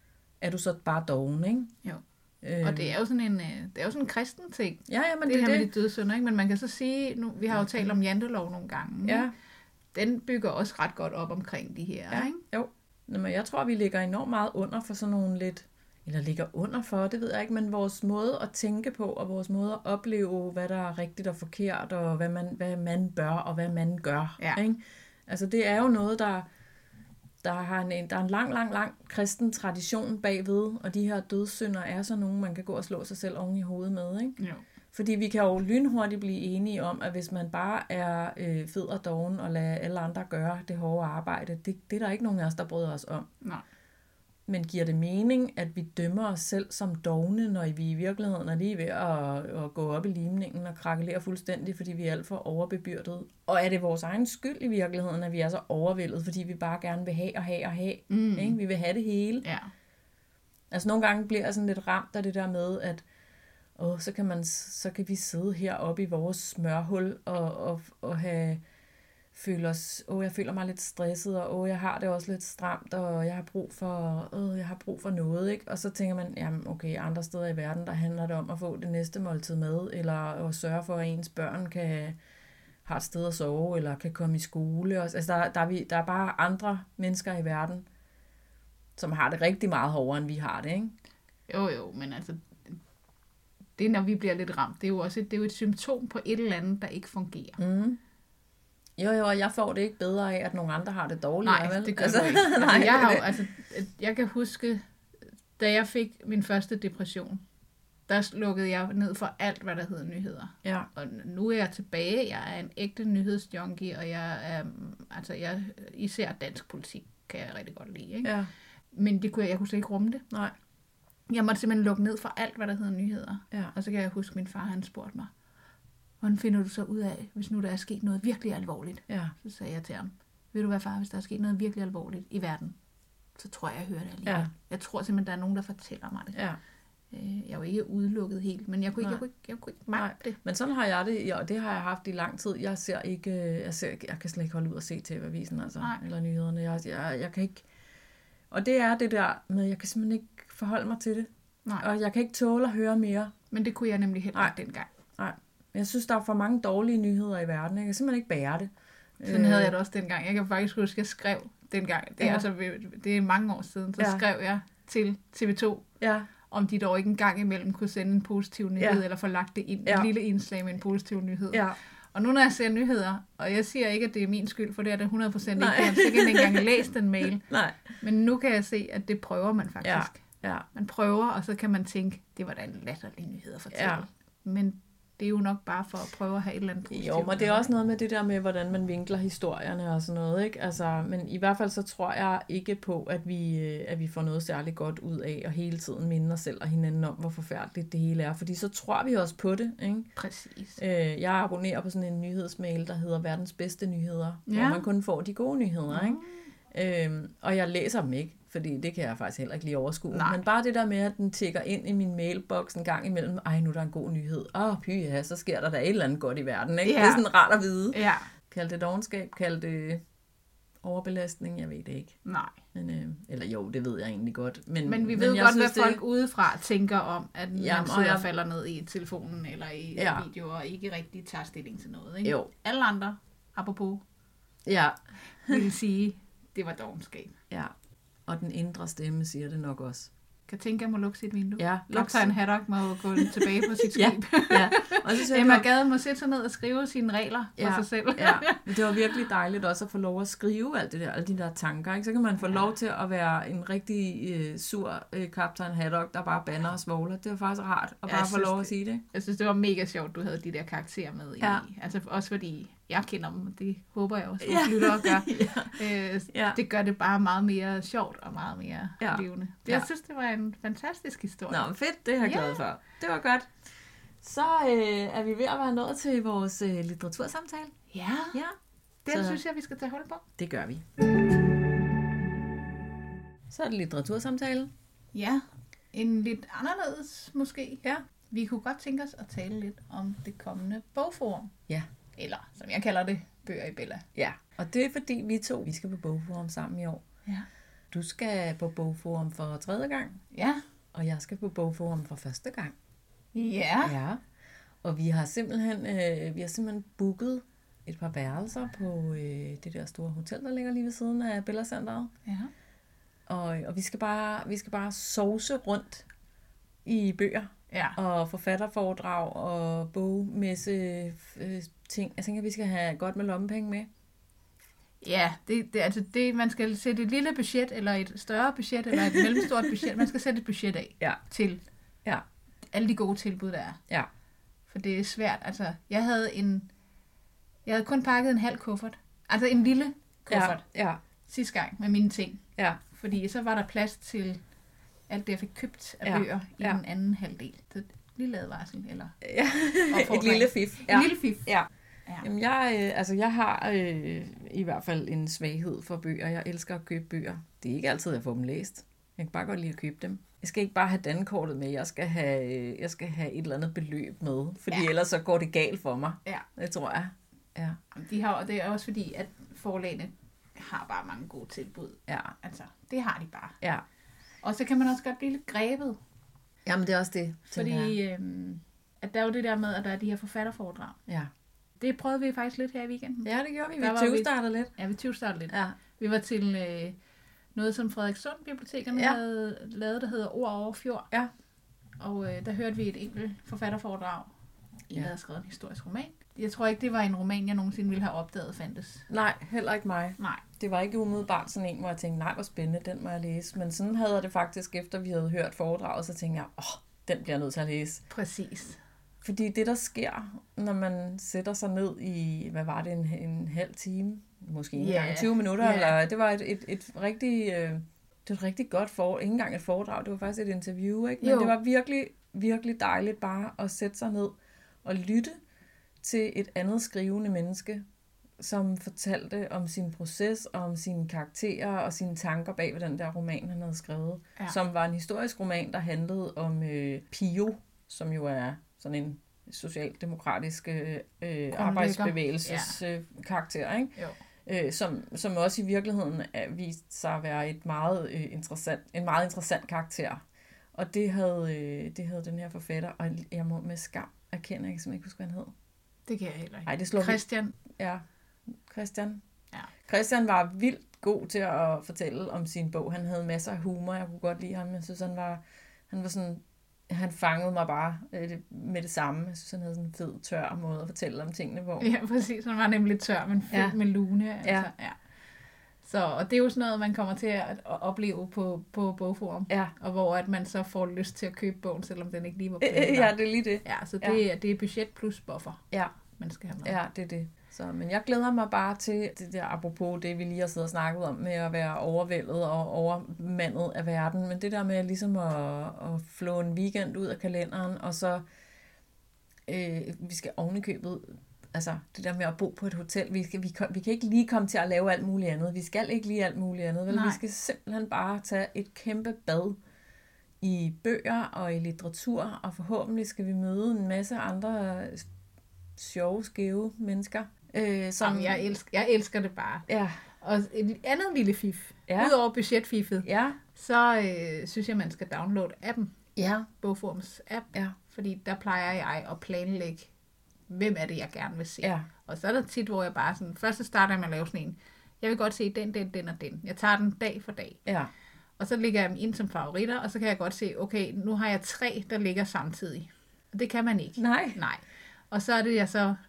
Speaker 2: er du så bare doven, ikke?
Speaker 1: Jo.
Speaker 2: Øh,
Speaker 1: Og det er jo sådan en, øh, det er jo sådan en kristen ting.
Speaker 2: Ja, ja, men
Speaker 1: Det,
Speaker 2: det
Speaker 1: det her
Speaker 2: er
Speaker 1: med
Speaker 2: det.
Speaker 1: de dødssynder, ikke? Men man kan så sige, nu, vi har jo talt om jantelov nogle gange. ikke?
Speaker 2: Ja.
Speaker 1: Den bygger også ret godt op omkring de her,
Speaker 2: Ja,
Speaker 1: ikke?
Speaker 2: jo. Nå, men jeg tror, vi ligger enormt meget under for sådan nogle lidt, eller ligger under for, det ved jeg ikke, men vores måde at tænke på, og vores måde at opleve, hvad der er rigtigt og forkert, og hvad man, hvad man bør, og hvad man gør.
Speaker 1: Ja.
Speaker 2: Ikke? Altså det er jo noget, der, der, har en, der er en lang, lang, lang kristen tradition bagved, og de her dødssynder er så nogle, man kan gå og slå sig selv oven i hovedet med, ikke?
Speaker 1: Jo.
Speaker 2: Fordi vi kan jo lynhurtigt blive enige om, at hvis man bare er øh, fed og doven og lader alle andre gøre det hårde arbejde, det, det er der ikke nogen af os, der bryder os om.
Speaker 1: Nej.
Speaker 2: Men giver det mening, at vi dømmer os selv som dovne, når vi i virkeligheden er lige ved at, at gå op i limningen og krakelere fuldstændig, fordi vi er alt for overbebyrdet? Og er det vores egen skyld i virkeligheden, at vi er så overvældet, fordi vi bare gerne vil have og have og have?
Speaker 1: Mm.
Speaker 2: Ikke? Vi vil have det hele.
Speaker 1: Ja.
Speaker 2: Altså nogle gange bliver jeg sådan lidt ramt af det der med, at åh, så kan, man, så kan vi sidde heroppe i vores smørhul og, og, og have, føle os, åh, jeg føler mig lidt stresset, og åh, jeg har det også lidt stramt, og jeg har brug for, åh, jeg har brug for noget, ikke? Og så tænker man, jamen okay, andre steder i verden, der handler det om at få det næste måltid med, eller at sørge for, at ens børn kan har et sted at sove, eller kan komme i skole. Altså, der, der, er vi, der er bare andre mennesker i verden, som har det rigtig meget hårdere, end vi har det, ikke?
Speaker 1: Jo, jo, men altså, det er, når vi bliver lidt ramt. Det er jo også et, det er jo et symptom på et eller andet, der ikke fungerer.
Speaker 2: Mm. Jo, jo, og jeg får det ikke bedre af, at nogle andre har det dårligt.
Speaker 1: Nej,
Speaker 2: vel?
Speaker 1: det gør
Speaker 2: altså,
Speaker 1: du ikke. Altså,
Speaker 2: nej,
Speaker 1: jeg, har jo, altså, jeg kan huske, da jeg fik min første depression, der slukkede jeg ned for alt, hvad der hedder nyheder.
Speaker 2: Ja.
Speaker 1: Og nu er jeg tilbage. Jeg er en ægte nyhedsjunkie, og jeg er, altså jeg, især dansk politik kan jeg rigtig godt lide. Ikke?
Speaker 2: Ja.
Speaker 1: Men det kunne jeg, jeg kunne slet ikke rumme det.
Speaker 2: Nej.
Speaker 1: Jeg måtte simpelthen lukke ned for alt, hvad der hedder nyheder.
Speaker 2: Ja.
Speaker 1: Og så kan jeg huske, at min far han spurgte mig, hvordan finder du så ud af, hvis nu der er sket noget virkelig alvorligt?
Speaker 2: Ja.
Speaker 1: Så sagde jeg til ham, ved du hvad far, hvis der er sket noget virkelig alvorligt i verden, så tror jeg, jeg hører det alligevel.
Speaker 2: Ja.
Speaker 1: Jeg tror simpelthen, der er nogen, der fortæller mig det.
Speaker 2: Ja.
Speaker 1: Jeg var ikke udelukket helt, men jeg kunne ikke, jeg kunne ikke, jeg kunne ikke magte det.
Speaker 2: Men sådan har jeg det, og det har jeg haft i lang tid. Jeg ser ikke, jeg, ser, jeg kan slet ikke holde ud og se T V-avisen, altså, eller nyhederne. Jeg, jeg, jeg kan ikke, og det er det der med, jeg kan simpelthen ikke forholde mig til det.
Speaker 1: Nej.
Speaker 2: Og jeg kan ikke tåle at høre mere.
Speaker 1: Men det kunne jeg nemlig heller ikke dengang.
Speaker 2: Nej, jeg synes, der er for mange dårlige nyheder i verden. Jeg kan simpelthen ikke bære det.
Speaker 1: Sådan havde jeg det også dengang. Jeg kan faktisk huske, at jeg skrev dengang. Det er, ja. altså, det er mange år siden, så ja. skrev jeg til T V to.
Speaker 2: Ja.
Speaker 1: Om de dog ikke engang imellem kunne sende en positiv nyhed, ja. eller få lagt det ind, ja. et lille indslag med en positiv nyhed.
Speaker 2: Ja.
Speaker 1: Og nu når jeg ser nyheder, og jeg siger ikke, at det er min skyld, for det er det hundrede procent ikke, jeg har sikkert ikke engang læst den mail.
Speaker 2: Nej.
Speaker 1: Men nu kan jeg se, at det prøver man faktisk.
Speaker 2: Ja. Ja.
Speaker 1: Man prøver, og så kan man tænke, det var da en latterlig nyhed at fortælle. Ja. Men det er jo nok bare for at prøve at have et eller andet positivt.
Speaker 2: Jo, men det er også noget med det der med, hvordan man vinkler historierne og sådan noget, ikke? Altså, men i hvert fald så tror jeg ikke på, at vi, at vi får noget særligt godt ud af at hele tiden minde os selv og hinanden om, hvor forfærdeligt det hele er. Fordi så tror vi også på det, ikke?
Speaker 1: Præcis.
Speaker 2: Øh, jeg abonnerer på sådan en nyhedsmail, der hedder Verdens Bedste Nyheder, ja. Hvor man kun får de gode nyheder, ikke? Øhm, og jeg læser dem ikke, fordi det kan jeg faktisk heller ikke lige overskue. Nej. Men bare det der med, at den tikker ind i min mailbox en gang imellem, ej, nu er der en god nyhed. Åh, oh, pyha, så sker der da et eller andet godt i verden, ikke? Ja. Det er sådan rart at vide.
Speaker 1: Ja.
Speaker 2: Kald det dovenskab, kald det overbelastning, jeg ved det ikke.
Speaker 1: Nej.
Speaker 2: Men, øh, eller jo, det ved jeg egentlig godt. Men,
Speaker 1: men vi ved
Speaker 2: men
Speaker 1: godt,
Speaker 2: synes,
Speaker 1: hvad folk det... udefra tænker om, at man
Speaker 2: Jamen,
Speaker 1: sidder og
Speaker 2: jeg...
Speaker 1: falder ned i telefonen eller i ja. videoer, og ikke rigtig tager stilling til noget, ikke?
Speaker 2: Jo.
Speaker 1: Alle andre, apropos,
Speaker 2: ja.
Speaker 1: vil sige, det var dovenskab.
Speaker 2: Ja. Og den indre stemme siger det nok også.
Speaker 1: Kan tænke, at jeg må lukke sit vindue.
Speaker 2: Ja,
Speaker 1: Kaptajn Haddock må gå tilbage på sit skib.
Speaker 2: ja, ja. Og så
Speaker 1: Emma jeg... Gade må sætte sig ned og skrive sine regler
Speaker 2: ja,
Speaker 1: for sig selv.
Speaker 2: ja, men det var virkelig dejligt også at få lov at skrive alt det der, alle de der tanker. Ikke? Så kan man få ja. lov til at være en rigtig øh, sur øh, Kaptajn Haddock, der bare bander og svogler. Det var faktisk rart at bare få lov at
Speaker 1: det,
Speaker 2: sige det.
Speaker 1: Jeg synes, det var mega sjovt, du havde de der karakterer med
Speaker 2: ja.
Speaker 1: i. Altså også fordi jeg kender dem, det håber jeg også, at ja. lytter og gør. ja. Øh, ja. Det gør det bare meget mere sjovt og meget mere ja. levende. Det, jeg ja. synes, det var en fantastisk historie.
Speaker 2: Nå, fedt, det er jeg glad for. Det var godt. Så øh, er vi ved at være nået til vores øh, litteratursamtale.
Speaker 1: Ja,
Speaker 2: ja.
Speaker 1: det så, synes jeg, vi skal tage hold på.
Speaker 2: Det gør vi. Så er det litteratursamtale.
Speaker 1: Ja, en lidt anderledes måske.
Speaker 2: Ja.
Speaker 1: Vi kunne godt tænke os at tale lidt om det kommende bogforum.
Speaker 2: Ja.
Speaker 1: Eller, som jeg kalder det, Bøger i Bella.
Speaker 2: Ja, og det er fordi vi to, vi skal på bogforum sammen i år.
Speaker 1: Ja.
Speaker 2: Du skal på bogforum for tredje gang.
Speaker 1: Ja.
Speaker 2: Og jeg skal på bogforum for første gang.
Speaker 1: Ja.
Speaker 2: Ja. Og vi har simpelthen, øh, vi har simpelthen booket et par værelser på øh, det der store hotel, der ligger lige ved siden af Bella Centeret.
Speaker 1: Ja.
Speaker 2: Og, og vi skal bare, vi skal bare sovse rundt i bøger.
Speaker 1: Ja.
Speaker 2: Og forfatterforedrag og bogmesse øh, ting. Jeg tænker, at vi skal have godt med lommepenge med.
Speaker 1: Ja, det, det, altså det, man skal sætte et lille budget, eller et større budget, eller et mellemstort budget. Man skal sætte et budget af
Speaker 2: ja.
Speaker 1: til
Speaker 2: ja.
Speaker 1: alle de gode tilbud, der er.
Speaker 2: Ja.
Speaker 1: For det er svært. Altså, jeg havde en, jeg havde kun pakket en halv kuffert. Altså en lille kuffert.
Speaker 2: Ja. Ja.
Speaker 1: Sidste gang med mine ting.
Speaker 2: Ja.
Speaker 1: Fordi så var der plads til alt det, jeg fik købt af
Speaker 2: ja.
Speaker 1: bøger i
Speaker 2: ja.
Speaker 1: den anden halvdel. Så et lille advarsel, eller
Speaker 2: ja. et lille fif.
Speaker 1: Ja. En lille fif.
Speaker 2: Ja. Ja. Jamen jeg, øh, altså jeg har øh, i hvert fald en svaghed for bøger. Jeg elsker at købe bøger. Det er ikke altid, jeg får dem læst. Jeg kan bare godt lide at købe dem. Jeg skal ikke bare have dankortet med, jeg skal have, jeg skal have et eller andet beløb med, fordi ja. ellers så går det galt for mig.
Speaker 1: Ja.
Speaker 2: Det tror jeg. Ja.
Speaker 1: De har, det er også fordi, at forlagene har bare mange gode tilbud.
Speaker 2: Ja.
Speaker 1: Altså, det har de bare.
Speaker 2: Ja.
Speaker 1: Og så kan man også godt blive lidt grebet.
Speaker 2: Jamen, det er også det.
Speaker 1: Fordi øhm, at der er jo det der med, at der er de her forfatterforedrag.
Speaker 2: Ja.
Speaker 1: Det prøvede vi faktisk lidt her i weekenden.
Speaker 2: Ja, det gjorde vi. Vi
Speaker 1: Der
Speaker 2: tyve-startede lidt.
Speaker 1: Ja, vi tyve-startede lidt.
Speaker 2: Ja.
Speaker 1: Vi var til øh, noget, som Frederikssund Bibliotekerne ja. havde lavet, der hedder Ord over fjord.
Speaker 2: Ja.
Speaker 1: Og øh, der hørte vi et enkelt forfatterforedrag. En,
Speaker 2: Ja.
Speaker 1: der havde skrevet en historisk roman. Jeg tror ikke, det var en roman, jeg nogensinde ville have opdaget fandtes.
Speaker 2: Nej, heller ikke mig.
Speaker 1: Nej.
Speaker 2: Det var ikke umiddelbart sådan en, hvor jeg tænkte, nej, hvor spændende, den må jeg læse. Men sådan havde jeg det faktisk, efter vi havde hørt foredraget, så tænkte jeg, åh, oh, den bliver jeg nødt til at læse.
Speaker 1: Præcis.
Speaker 2: Fordi det, der sker, når man sætter sig ned i, hvad var det, en, en halv time, måske en
Speaker 1: Ja.
Speaker 2: gang tyve minutter,
Speaker 1: Ja.
Speaker 2: eller det var et, et, et rigtig, øh, det var et rigtig godt for, ikke engang et foredrag, det var faktisk et interview, ikke? Men
Speaker 1: Jo.
Speaker 2: det var virkelig, virkelig dejligt bare at sætte sig ned og lytte til et andet skrivende menneske, som fortalte om sin proces, og om sine karakterer og sine tanker bag ved den der roman, han havde skrevet.
Speaker 1: Ja.
Speaker 2: Som var en historisk roman, der handlede om øh, Pio, som jo er sådan en socialdemokratisk øh, øh, arbejdsbevægelses øh, karakter, ikke?
Speaker 1: Jo.
Speaker 2: Øh, som, som også i virkeligheden er vist sig at være et meget, øh, interessant, en meget interessant karakter. Og det havde, øh, det havde den her forfatter, og jeg må med skam erkende, jeg kan simpelthen ikke huske, hvad han hed.
Speaker 1: Det kan jeg heller ikke.
Speaker 2: Nej, det slår
Speaker 1: Christian.
Speaker 2: Ja, Christian.
Speaker 1: Ja.
Speaker 2: Christian var vildt god til at fortælle om sin bog. Han havde masser af humor, jeg kunne godt lide ham. Jeg synes, han var, han var sådan, han fangede mig bare øh, med det samme. Jeg synes, han havde sådan en fed, tør måde at fortælle om tingene på.
Speaker 1: Ja, præcis. Han var nemlig tør, men fyldt
Speaker 2: Ja.
Speaker 1: med lune. Altså.
Speaker 2: Ja.
Speaker 1: Ja. Så, og det er jo sådan noget, man kommer til at, at opleve på, på Bogforum.
Speaker 2: Ja.
Speaker 1: Og hvor at man så får lyst til at købe bogen, selvom den ikke lige var
Speaker 2: Øh,
Speaker 1: blevet.
Speaker 2: ja, det er lige det.
Speaker 1: Ja, så det, ja. det er budget plus buffer,
Speaker 2: Ja,
Speaker 1: man skal have med.
Speaker 2: ja, det er det. Så, men jeg glæder mig bare til det der, apropos det, vi lige har siddet og snakket om, med at være overvældet og overmandet af verden. Men det der med ligesom at, at flå en weekend ud af kalenderen, og så øh, vi skal ovenikøbet, altså det der med at bo på et hotel, vi, skal, vi, vi kan ikke lige komme til at lave alt muligt andet. Vi skal ikke lige alt muligt andet. Vel?
Speaker 1: Nej.
Speaker 2: Vi skal simpelthen bare tage et kæmpe bad i bøger og i litteratur, og forhåbentlig skal vi møde en masse andre sjove, skæve mennesker. Øh, som,
Speaker 1: Jamen, jeg, elsker, jeg elsker det bare.
Speaker 2: Ja,
Speaker 1: Og et andet lille fif,
Speaker 2: Ja.
Speaker 1: udover budgetfiffet,
Speaker 2: ja,
Speaker 1: så øh, synes jeg, man skal downloade appen,
Speaker 2: ja,
Speaker 1: Bogforums app,
Speaker 2: ja,
Speaker 1: fordi der plejer jeg at planlægge, hvem er det, jeg gerne vil se.
Speaker 2: ja,
Speaker 1: Og så er der tit, hvor jeg bare sådan, først så starter jeg med at lave sådan en, jeg vil godt se den, den, den og den. Jeg tager den dag for dag.
Speaker 2: ja,
Speaker 1: Og så lægger jeg dem ind som favoritter, og så kan jeg godt se, okay, nu har jeg tre, der ligger samtidig. Og det kan man ikke.
Speaker 2: nej,
Speaker 1: Nej. Og så er det, jeg så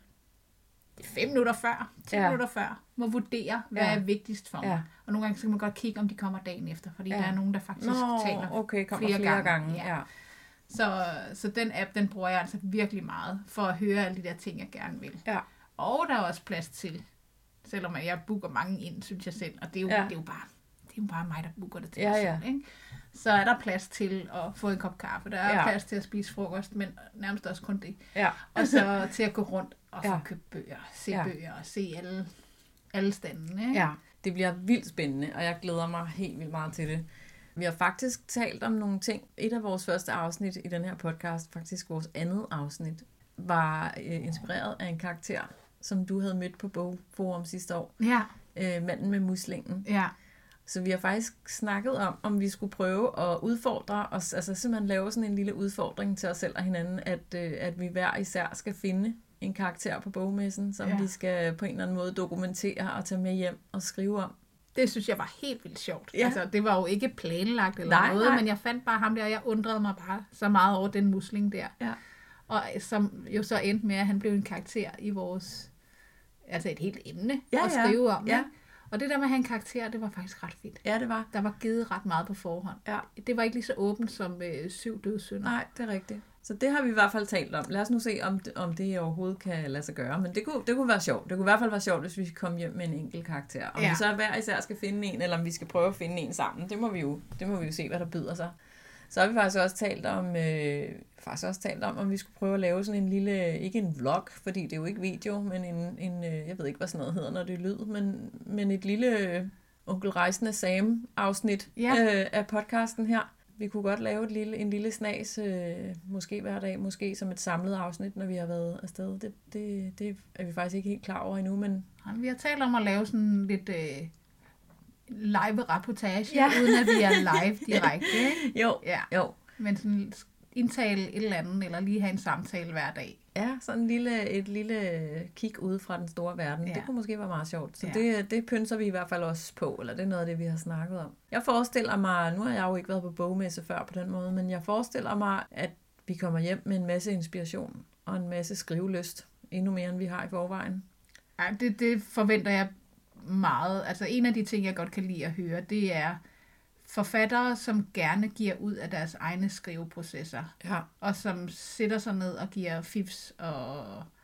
Speaker 1: fem minutter før, ti
Speaker 2: Ja.
Speaker 1: minutter før, må vurdere, hvad
Speaker 2: Ja.
Speaker 1: er vigtigst for mig.
Speaker 2: Ja.
Speaker 1: Og nogle gange så kan man godt kigge, om de kommer dagen efter, fordi
Speaker 2: Ja.
Speaker 1: der er nogen, der faktisk
Speaker 2: Nå,
Speaker 1: taler
Speaker 2: okay, kommer
Speaker 1: flere
Speaker 2: flere, flere
Speaker 1: gange.
Speaker 2: gange,
Speaker 1: Ja.
Speaker 2: ja.
Speaker 1: Så, så den app, den bruger jeg altså virkelig meget, for at høre alle de der ting, jeg gerne vil.
Speaker 2: Ja.
Speaker 1: Og der er også plads til, selvom jeg booker mange ind, synes jeg selv, og det er jo,
Speaker 2: Ja.
Speaker 1: det er jo, bare, det er jo bare mig, der booker det til
Speaker 2: Ja,
Speaker 1: mig
Speaker 2: ja.
Speaker 1: selv, ikke? Så er der plads til at få en kop kaffe, der er
Speaker 2: Ja.
Speaker 1: plads til at spise frokost, men nærmest også kun det.
Speaker 2: Ja.
Speaker 1: Og så til at gå rundt og få
Speaker 2: Ja.
Speaker 1: købt bøger, se
Speaker 2: Ja.
Speaker 1: bøger og se alle, alle standene. Ikke?
Speaker 2: Ja, det bliver vildt spændende, og jeg glæder mig helt vildt meget til det. Vi har faktisk talt om nogle ting. Et af vores første afsnit i den her podcast, faktisk vores andet afsnit, var øh, inspireret af en karakter, som du havde mødt på Bogforum sidste år.
Speaker 1: Ja,
Speaker 2: Øh, manden med muslingen.
Speaker 1: ja,
Speaker 2: Så vi har faktisk snakket om, om vi skulle prøve at udfordre os, altså simpelthen lave sådan en lille udfordring til os selv og hinanden, at, øh, at vi hver især skal finde en karakter på bogmessen, som
Speaker 1: Ja.
Speaker 2: vi skal på en eller anden måde dokumentere og tage med hjem og skrive om.
Speaker 1: det synes jeg var helt vildt sjovt.
Speaker 2: Ja.
Speaker 1: Altså, det var jo ikke planlagt eller
Speaker 2: Nej,
Speaker 1: noget,
Speaker 2: nej.
Speaker 1: men jeg fandt bare ham der, og jeg undrede mig bare så meget over den musling der.
Speaker 2: Ja.
Speaker 1: Og som jo så endte med, at han blev en karakter i vores, altså et helt emne
Speaker 2: Ja,
Speaker 1: at
Speaker 2: ja.
Speaker 1: skrive om.
Speaker 2: Ja.
Speaker 1: Ikke? Og det der med at have en karakter, det var faktisk ret fedt.
Speaker 2: Ja, det var.
Speaker 1: Der var givet ret meget på forhånd.
Speaker 2: Ja.
Speaker 1: Det var ikke lige så åbent som øh, syv dødssynder.
Speaker 2: Nej, det er rigtigt. Så det har vi i hvert fald talt om. Lad os nu se, om det, om det overhovedet kan lade sig gøre. Men det kunne, det kunne være sjovt. Det kunne i hvert fald være sjovt, hvis vi kom hjem med en enkelt karakter. Om
Speaker 1: Ja.
Speaker 2: vi så hver især skal finde en, eller om vi skal prøve at finde en sammen, det må vi jo, det må vi jo se, hvad der byder sig. Så har vi faktisk også talt om, øh, faktisk også talt om, om vi skulle prøve at lave sådan en lille, ikke en vlog, fordi det er jo ikke video, men en, en øh, jeg ved ikke, hvad sådan noget hedder, når det er lyd, men, men et lille Onkel Rejsende Sam-afsnit
Speaker 3: Ja.
Speaker 2: øh, af podcasten her. Vi kunne godt lave et lille, en lille snas, øh, måske hver dag, måske som et samlet afsnit, når vi har været afsted. Det, det, det er vi faktisk ikke helt klar over endnu, men...
Speaker 1: Vi har talt om at lave sådan lidt øh, live-rapportage,
Speaker 2: Ja.
Speaker 1: uden at vi er live direkte, ikke?
Speaker 2: Jo,
Speaker 1: Ja.
Speaker 2: jo.
Speaker 1: Men sådan indtale et eller andet, eller lige have en samtale hver dag.
Speaker 2: Ja, sådan en lille, et lille kig ude fra den store verden.
Speaker 1: Ja.
Speaker 2: Det kunne måske være meget sjovt. Så
Speaker 1: Ja.
Speaker 2: det, det pynser vi i hvert fald også på, eller det er noget af det, vi har snakket om. Jeg forestiller mig, nu har jeg jo ikke været på bogmesse før på den måde, men jeg forestiller mig, at vi kommer hjem med en masse inspiration og en masse skrivelyst. Endnu mere, end vi har i forvejen.
Speaker 1: Ja, det, det forventer jeg meget. Altså en af de ting, jeg godt kan lide at høre, det er forfattere, som gerne giver ud af deres egne skriveprocesser.
Speaker 2: Ja.
Speaker 1: Og som sætter sig ned og giver fifs, og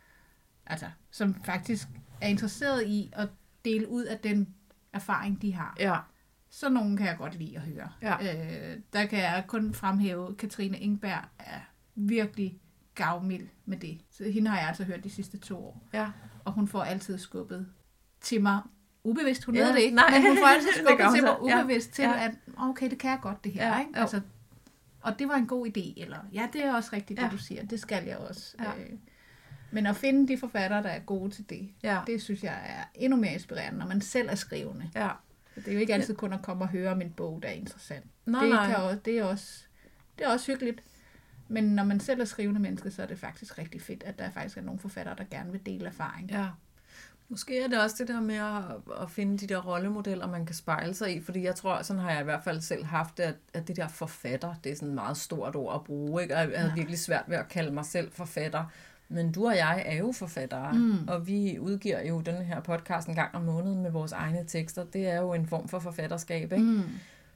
Speaker 1: altså, som faktisk er interesseret i at dele ud af den erfaring, de har.
Speaker 2: Ja.
Speaker 1: Så nogen kan jeg godt lide at høre.
Speaker 2: Ja.
Speaker 1: Øh, der kan jeg kun fremhæve, Katrine Engberg er virkelig gavmild med det. Så hende har jeg altså hørt de sidste to år.
Speaker 2: Ja.
Speaker 1: Og hun får altid skubbet til mig, ubevidst, hun
Speaker 2: Ja,
Speaker 1: ved det ikke,
Speaker 2: nej.
Speaker 1: men hun får altid
Speaker 2: Det
Speaker 1: skubbet
Speaker 2: gør hun
Speaker 1: til mig
Speaker 2: så. Ja.
Speaker 1: ubevidst til,
Speaker 2: Ja.
Speaker 1: at okay, det kan jeg godt det her.
Speaker 2: Ja,
Speaker 1: Ikke?
Speaker 2: jo.
Speaker 1: Altså, og det var en god idé, eller ja, det er også rigtigt, det
Speaker 2: Ja.
Speaker 1: du siger, det skal jeg også.
Speaker 2: Ja.
Speaker 1: Øh, men at finde de forfattere, der er gode til det,
Speaker 2: Ja.
Speaker 1: det synes jeg er endnu mere inspirerende, når man selv er skrivende.
Speaker 2: Ja.
Speaker 1: Det er jo ikke altid kun at komme og høre om en bog, der er interessant.
Speaker 2: Nej,
Speaker 1: det,
Speaker 2: nej.
Speaker 1: Kan også, det, er også, det er også hyggeligt. Men når man selv er skrivende menneske, så er det faktisk rigtig fedt, at der faktisk er nogle forfattere, der gerne vil dele erfaring.
Speaker 2: Ja. Måske er det også det der med at, at finde de der rollemodeller, man kan spejle sig i, fordi jeg tror, sådan har jeg i hvert fald selv haft det, at, at det der forfatter, det er sådan et meget stort ord at bruge, ikke? Og jeg havde virkelig svært ved at kalde mig selv forfatter. Men du og jeg er jo forfattere, mm. og vi udgiver jo den her podcast en gang om måneden med vores egne tekster. Det er jo en form for forfatterskab, ikke? Mm.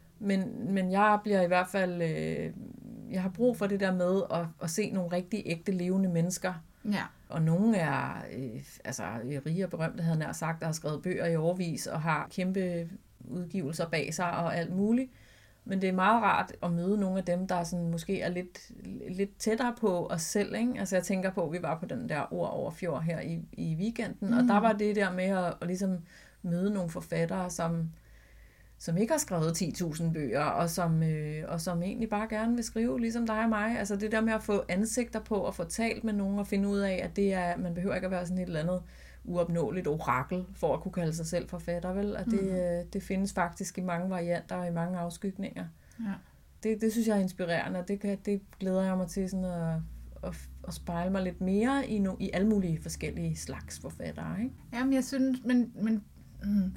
Speaker 2: Men, men jeg bliver i hvert fald, øh, jeg har brug for det der med at, at se nogle rigtig ægte levende mennesker.
Speaker 1: Ja.
Speaker 2: Og nogle er øh, altså, rige og berømte, havde nær sagt, der har skrevet bøger i årevis og har kæmpe udgivelser bag sig og alt muligt. Men det er meget rart at møde nogle af dem, der sådan, måske er lidt, lidt tættere på os selv. Ikke? Altså jeg tænker på, at vi var på den der Ord over fjord her i, i weekenden, mm. og der var det der med at, at ligesom møde nogle forfattere, som, som ikke har skrevet ti tusind bøger, og som, øh, og som egentlig bare gerne vil skrive, ligesom dig og mig. Altså det der med at få ansigter på, og få talt med nogen, og finde ud af, at det er, man behøver ikke at være sådan et eller andet uopnåeligt orakel, for at kunne kalde sig selv forfatter, vel? At det, mm. det findes faktisk i mange varianter, og i mange afskygninger.
Speaker 1: Ja.
Speaker 2: Det, det synes jeg er inspirerende, og det, kan, det glæder jeg mig til sådan at, at, at spejle mig lidt mere i, no, i alle mulige forskellige slags forfattere, ikke?
Speaker 1: Jamen, jeg synes, men, men, mm,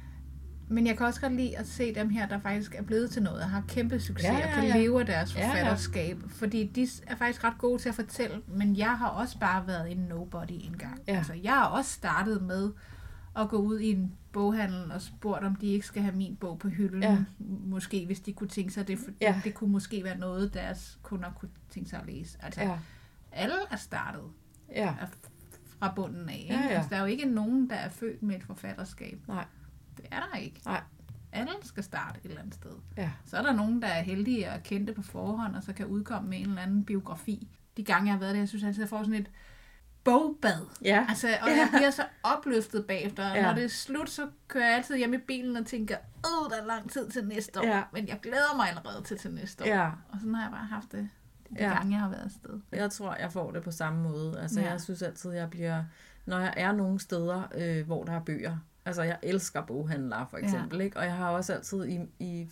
Speaker 1: men jeg kan også godt lide at se dem her, der faktisk er blevet til noget, og har kæmpe succes,
Speaker 2: Ja, ja,
Speaker 1: og kan
Speaker 2: ja.
Speaker 1: leve af deres
Speaker 2: Ja, ja.
Speaker 1: forfatterskab. Fordi de er faktisk ret gode til at fortælle, men jeg har også bare været en nobody engang.
Speaker 2: Ja.
Speaker 1: Altså, jeg har også startet med at gå ud i en boghandel og spurgt, om de ikke skal have min bog på hylden.
Speaker 2: Ja.
Speaker 1: Måske, hvis de kunne tænke sig det, for
Speaker 2: Ja.
Speaker 1: det, det kunne måske være noget, deres kunder kunne tænke sig at læse. Altså,
Speaker 2: Ja.
Speaker 1: alle er startet
Speaker 2: Ja.
Speaker 1: fra bunden af. Ikke?
Speaker 2: Ja, ja.
Speaker 1: Altså, der er jo ikke nogen, der er født med et forfatterskab.
Speaker 2: Nej.
Speaker 1: Det er der ikke.
Speaker 2: Nej.
Speaker 1: Alle skal starte et eller andet sted.
Speaker 2: Ja.
Speaker 1: Så er der nogen, der er heldige og kendte på forhånd, og så kan udkomme med en eller anden biografi. De gange, jeg har været der, jeg synes altid, jeg får sådan et bogbad.
Speaker 2: Ja.
Speaker 1: Altså, og jeg bliver så opløftet bagefter. Og
Speaker 2: Ja.
Speaker 1: når det er slut, så kører jeg altid hjem i bilen og tænker, åh, der er lang tid til næste år.
Speaker 2: Ja.
Speaker 1: Men jeg glæder mig allerede til til næste år.
Speaker 2: Ja.
Speaker 1: Og sådan har jeg bare haft det de
Speaker 2: Ja.
Speaker 1: gange, jeg har været afsted.
Speaker 2: Jeg tror, jeg får det på samme måde. Altså,
Speaker 1: Ja.
Speaker 2: jeg synes altid, jeg bliver... Når jeg er nogle steder, øh, hvor der er bøger. Altså, jeg elsker boghandlere, for eksempel. Ja. Ikke? Og jeg har også altid i... i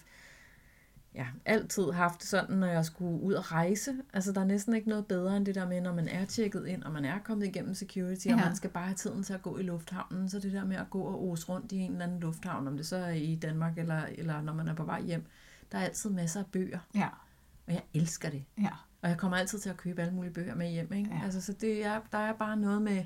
Speaker 2: ja, altid haft det sådan, når jeg skulle ud og rejse. Altså, der er næsten ikke noget bedre end det der med, når man er tjekket ind, og man er kommet igennem security, ja. Og man skal bare have tiden til at gå i lufthavnen. Så det der med at gå og ose rundt i en eller anden lufthavn, om det så er i Danmark, eller, eller når man er på vej hjem. Der er altid masser af bøger.
Speaker 1: Ja.
Speaker 2: Og jeg elsker det.
Speaker 1: Ja.
Speaker 2: Og jeg kommer altid til at købe alle mulige bøger med hjem. Ikke?
Speaker 1: Ja.
Speaker 2: Altså, så det er, der er bare noget med,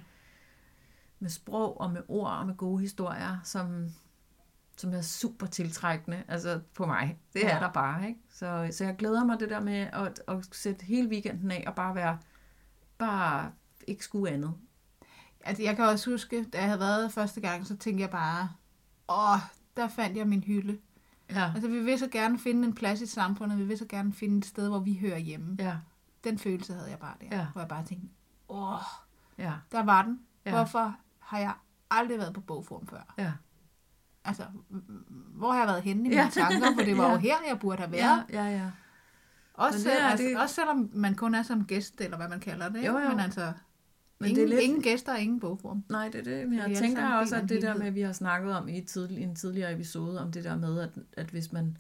Speaker 2: med sprog og med ord og med gode historier, som, som er super tiltrækkende altså på mig. Det
Speaker 1: Ja.
Speaker 2: er der bare. Ikke? Så, så jeg glæder mig det der med at, at sætte hele weekenden af og bare være bare ikke skue andet.
Speaker 1: Altså, jeg kan også huske, da jeg havde været første gang, så tænkte jeg bare, åh, der fandt jeg min hylde.
Speaker 2: Ja.
Speaker 1: Altså, vi vil så gerne finde en plads i samfundet, vi vil så gerne finde et sted, hvor vi hører hjemme.
Speaker 2: Ja.
Speaker 1: Den følelse havde jeg bare der,
Speaker 2: Ja.
Speaker 1: hvor jeg bare tænkte, åh,
Speaker 2: Ja.
Speaker 1: der var den.
Speaker 2: Ja.
Speaker 1: Hvorfor har jeg aldrig været på Bogforum før?
Speaker 2: Ja.
Speaker 1: altså, hvor har jeg været henne i mine ja. tanker, for det var ja. jo her, jeg burde have været.
Speaker 2: Ja, ja, ja.
Speaker 1: Også, selv,
Speaker 2: er,
Speaker 1: altså,
Speaker 2: det...
Speaker 1: også selvom man kun er som gæst, eller hvad man kalder det.
Speaker 2: Jo, jo.
Speaker 1: Men altså,
Speaker 2: men
Speaker 1: ingen,
Speaker 2: det er lidt...
Speaker 1: ingen gæster og ingen bogform.
Speaker 2: Nej, det er det. Men jeg
Speaker 1: det
Speaker 2: tænker også, at det
Speaker 1: helhed.
Speaker 2: der med, at vi har snakket om i tidlig, en tidligere episode, om det der med, at, at hvis man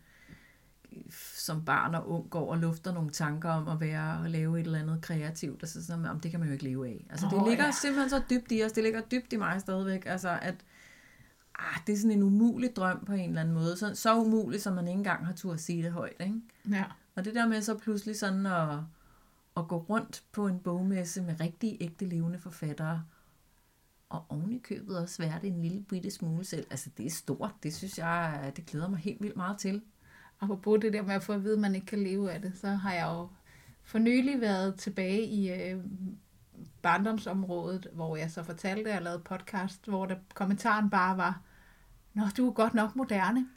Speaker 2: som barn og ung går og lufter nogle tanker om at være og lave et eller andet kreativt, altså sådan, om det kan man jo ikke leve af. Altså det oh, ligger ja. simpelthen så dybt i os, det ligger dybt i mig stadigvæk, altså at ah, det er sådan en umulig drøm på en eller anden måde, så, så umulig, som man ikke engang har tur at sige det højt, ikke?
Speaker 1: Ja.
Speaker 2: Og det der med så pludselig sådan at, at gå rundt på en bogmesse med rigtig ægte levende forfattere, og oven i købet også være det en lille bitte smule selv, altså det er stort, det synes jeg, det glæder mig helt vildt meget til.
Speaker 1: Apropos det der med at få at vide, at man ikke kan leve af det, så har jeg jo for nylig været tilbage i øh, barndomsområdet, hvor jeg så fortalte, at jeg lavede podcast, hvor der, kommentaren bare var, nå, du er godt nok moderne.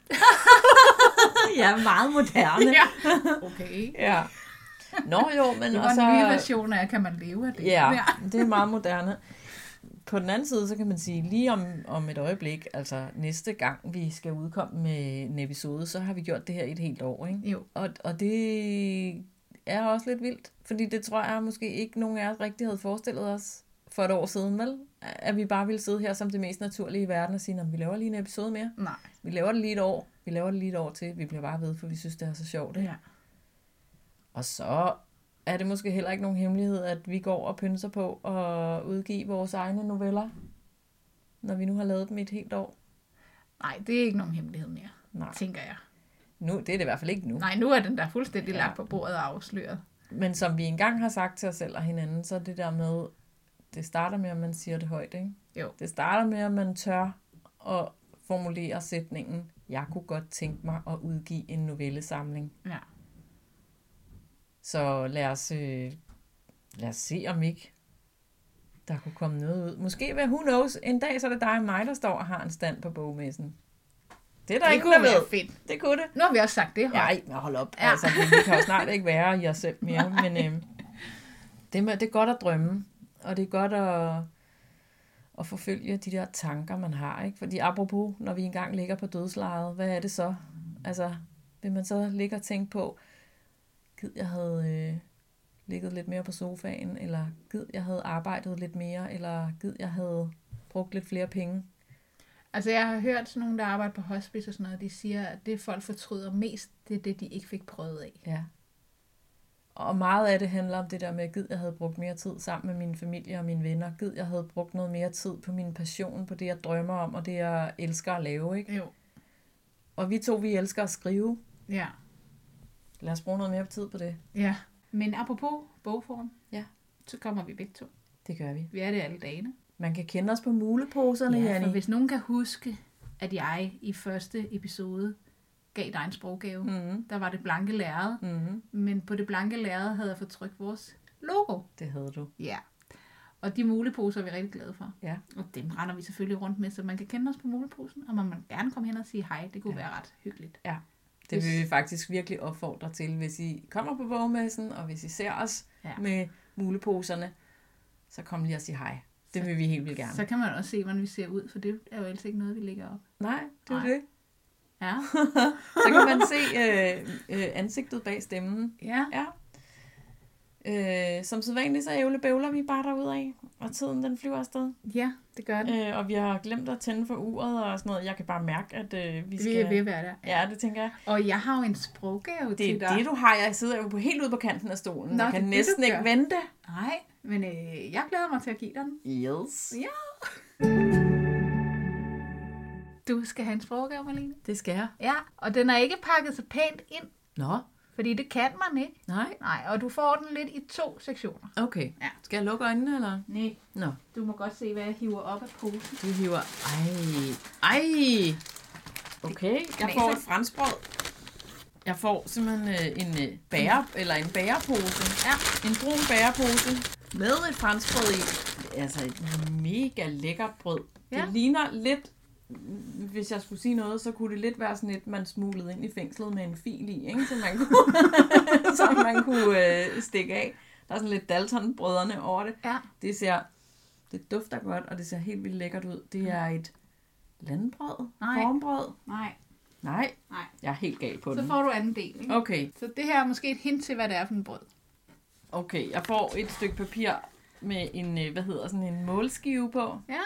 Speaker 2: Ja, meget moderne.
Speaker 1: Ja, okay.
Speaker 2: Ja. Nå jo, men
Speaker 1: det var
Speaker 2: også...
Speaker 1: en ny version af, kan man leve af det?
Speaker 2: Ja, ja, det er meget moderne. På den anden side, så kan man sige, lige om, om et øjeblik, altså næste gang, vi skal udkomme med en episode, så har vi gjort det her i et helt år, ikke?
Speaker 1: Jo.
Speaker 2: Og, og det er også lidt vildt, fordi det tror jeg måske ikke nogen af os rigtig havde forestillet os for et år siden, vel? At vi bare ville sidde her som det mest naturlige i verden og sige, vi laver lige en episode mere.
Speaker 1: Nej.
Speaker 2: Vi laver det lige et år. Vi laver det lige et år til. Vi bliver bare ved, for vi synes, det er så sjovt, ikke?
Speaker 1: Ja.
Speaker 2: Og så er det måske heller ikke nogen hemmelighed, at vi går og pynser på at udgive vores egne noveller, når vi nu har lavet dem i et helt år.
Speaker 1: Nej, det er ikke nogen hemmelighed mere,
Speaker 2: Nej.
Speaker 1: tænker jeg.
Speaker 2: Nu, det er det i hvert fald ikke nu.
Speaker 1: Nej, nu er den der fuldstændig
Speaker 2: Ja.
Speaker 1: lagt på bordet og afsløret.
Speaker 2: Men som vi engang har sagt til os selv og hinanden, så er det der med, det starter med, at man siger det højt, ikke?
Speaker 1: Jo.
Speaker 2: Det starter med, at man tør at formulere sætningen, jeg kunne godt tænke mig at udgive en novellesamling.
Speaker 1: Ja.
Speaker 2: Så lad os, øh, lad os se, om ikke der kunne komme noget ud. Måske, hvad who knows, en dag så er det dig og mig, der står og har en stand på bogmessen. Det er der
Speaker 1: Det
Speaker 2: ikke,
Speaker 1: kunne
Speaker 2: der
Speaker 1: være
Speaker 2: ved.
Speaker 1: fedt.
Speaker 2: Det kunne det.
Speaker 1: Nu har vi også sagt det højt.
Speaker 2: Nej, men hold op.
Speaker 1: Ja.
Speaker 2: Altså, vi, vi kan jo snart ikke være i os selv mere. Men øh, det, med, det er godt at drømme. Og det er godt at, at forfølge de der tanker, man har. Ikke? Fordi apropos, når vi engang ligger på dødslejet, hvad er det så? Altså, vil man så ligge og tænke på, gid jeg havde øh, ligget lidt mere på sofaen, eller gid jeg havde arbejdet lidt mere, eller gid jeg havde brugt lidt flere penge.
Speaker 1: Altså, jeg har hørt sådan nogle, der arbejder på hospice og sådan noget, de siger, at det folk fortryder mest, det er det, de ikke fik prøvet af.
Speaker 2: Ja. Og meget af det handler om det der med, gid jeg havde brugt mere tid sammen med min familie og mine venner. Gid jeg havde brugt noget mere tid på min passion, på det jeg drømmer om, og det jeg elsker at lave, ikke?
Speaker 1: Jo.
Speaker 2: Og vi to, vi elsker at skrive.
Speaker 1: Ja.
Speaker 2: Lad os bruge noget mere tid på det.
Speaker 1: Ja. Men apropos bogform,
Speaker 2: Ja.
Speaker 1: så kommer vi begge to.
Speaker 2: Det gør vi.
Speaker 1: Vi er det alle dagene.
Speaker 2: Man kan kende os på muleposerne,
Speaker 1: Ja,
Speaker 2: Janni.
Speaker 1: for hvis nogen kan huske, at jeg i første episode gav dig en sproggave,
Speaker 2: Mm-hmm.
Speaker 1: der var det blanke lærred,
Speaker 2: Mm-hmm.
Speaker 1: men på det blanke lærred havde jeg fået trykt vores logo.
Speaker 2: Det havde du.
Speaker 1: Ja. Og de muleposer er vi rigtig glade for.
Speaker 2: Ja.
Speaker 1: Og dem render vi selvfølgelig rundt med, så man kan kende os på muleposen, og man må gerne komme hen og sige hej. Det kunne
Speaker 2: Ja.
Speaker 1: være ret hyggeligt.
Speaker 2: Ja. Det vil vi faktisk virkelig opfordre til, hvis I kommer på bogmessen, og hvis I ser os
Speaker 1: Ja.
Speaker 2: med muleposerne, så kom lige og sig hej. Det vil vi helt vildt gerne.
Speaker 1: Så kan man også se, hvordan vi ser ud, for det er jo ellers ikke noget, vi lægger op.
Speaker 2: Nej, det er
Speaker 1: Nej.
Speaker 2: det.
Speaker 1: Ja.
Speaker 2: Så kan man se øh, øh, ansigtet bag stemmen.
Speaker 1: Ja.
Speaker 2: Ja. Øh, som sædvanligt, så ævlebævler vi bare derudad, og tiden den flyver afsted.
Speaker 1: Ja, det gør den.
Speaker 2: Øh, og vi har glemt at tænde for uret og sådan noget. Jeg kan bare mærke, at øh, vi skal...
Speaker 1: Vi er ved at være der.
Speaker 2: Ja, det tænker jeg.
Speaker 1: Og jeg har jo en sproggave
Speaker 2: Det
Speaker 1: til dig.
Speaker 2: er det, du har. Jeg sidder jo på helt ude på kanten af stolen.
Speaker 1: Nå,
Speaker 2: jeg kan
Speaker 1: det er det,
Speaker 2: næsten
Speaker 1: du
Speaker 2: ikke
Speaker 1: gør.
Speaker 2: vente.
Speaker 1: Nej, men øh, jeg glæder mig til at give dig den.
Speaker 2: Yes.
Speaker 1: Ja. Du skal have en sproggave, Malene.
Speaker 2: Det skal jeg.
Speaker 1: Ja, og den er ikke pakket så pænt ind,
Speaker 2: Nå,
Speaker 1: fordi det kan man ikke.
Speaker 2: nej.
Speaker 1: Nej, og du får den lidt i to sektioner.
Speaker 2: Okay.
Speaker 1: Ja.
Speaker 2: Skal jeg lukke øjnene, eller?
Speaker 1: Nej,
Speaker 2: Nå,
Speaker 1: du må godt se, hvad jeg hiver op af posen.
Speaker 2: du hiver... Ej, ej. Okay, jeg får et franskbrød. Jeg får simpelthen øh, en øh, bære, eller en bærepose.
Speaker 1: Ja.
Speaker 2: En brun bærepose med et franskbrød i. Altså et mega lækkert brød.
Speaker 1: Ja.
Speaker 2: Det ligner lidt, hvis jeg skulle sige noget, så kunne det lidt være sådan et, man smuglede ind i fængslet med en fil i, ikke? Så man kunne, så man kunne øh, stikke af. Der er sådan lidt Dalton-brødrene over det.
Speaker 1: Ja.
Speaker 2: Det ser, det dufter godt, og det ser helt vildt lækkert ud. Det er et Landbrød?
Speaker 1: Nej.
Speaker 2: Formbrød?
Speaker 1: Nej.
Speaker 2: Nej.
Speaker 1: Nej.
Speaker 2: Jeg er helt gal på
Speaker 1: Så
Speaker 2: den.
Speaker 1: får du anden del, ikke?
Speaker 2: Okay.
Speaker 1: Så det her er måske et hint til, hvad det er for en brød.
Speaker 2: Okay, jeg får et stykke papir med en, hvad hedder sådan en målskive på.
Speaker 1: Ja.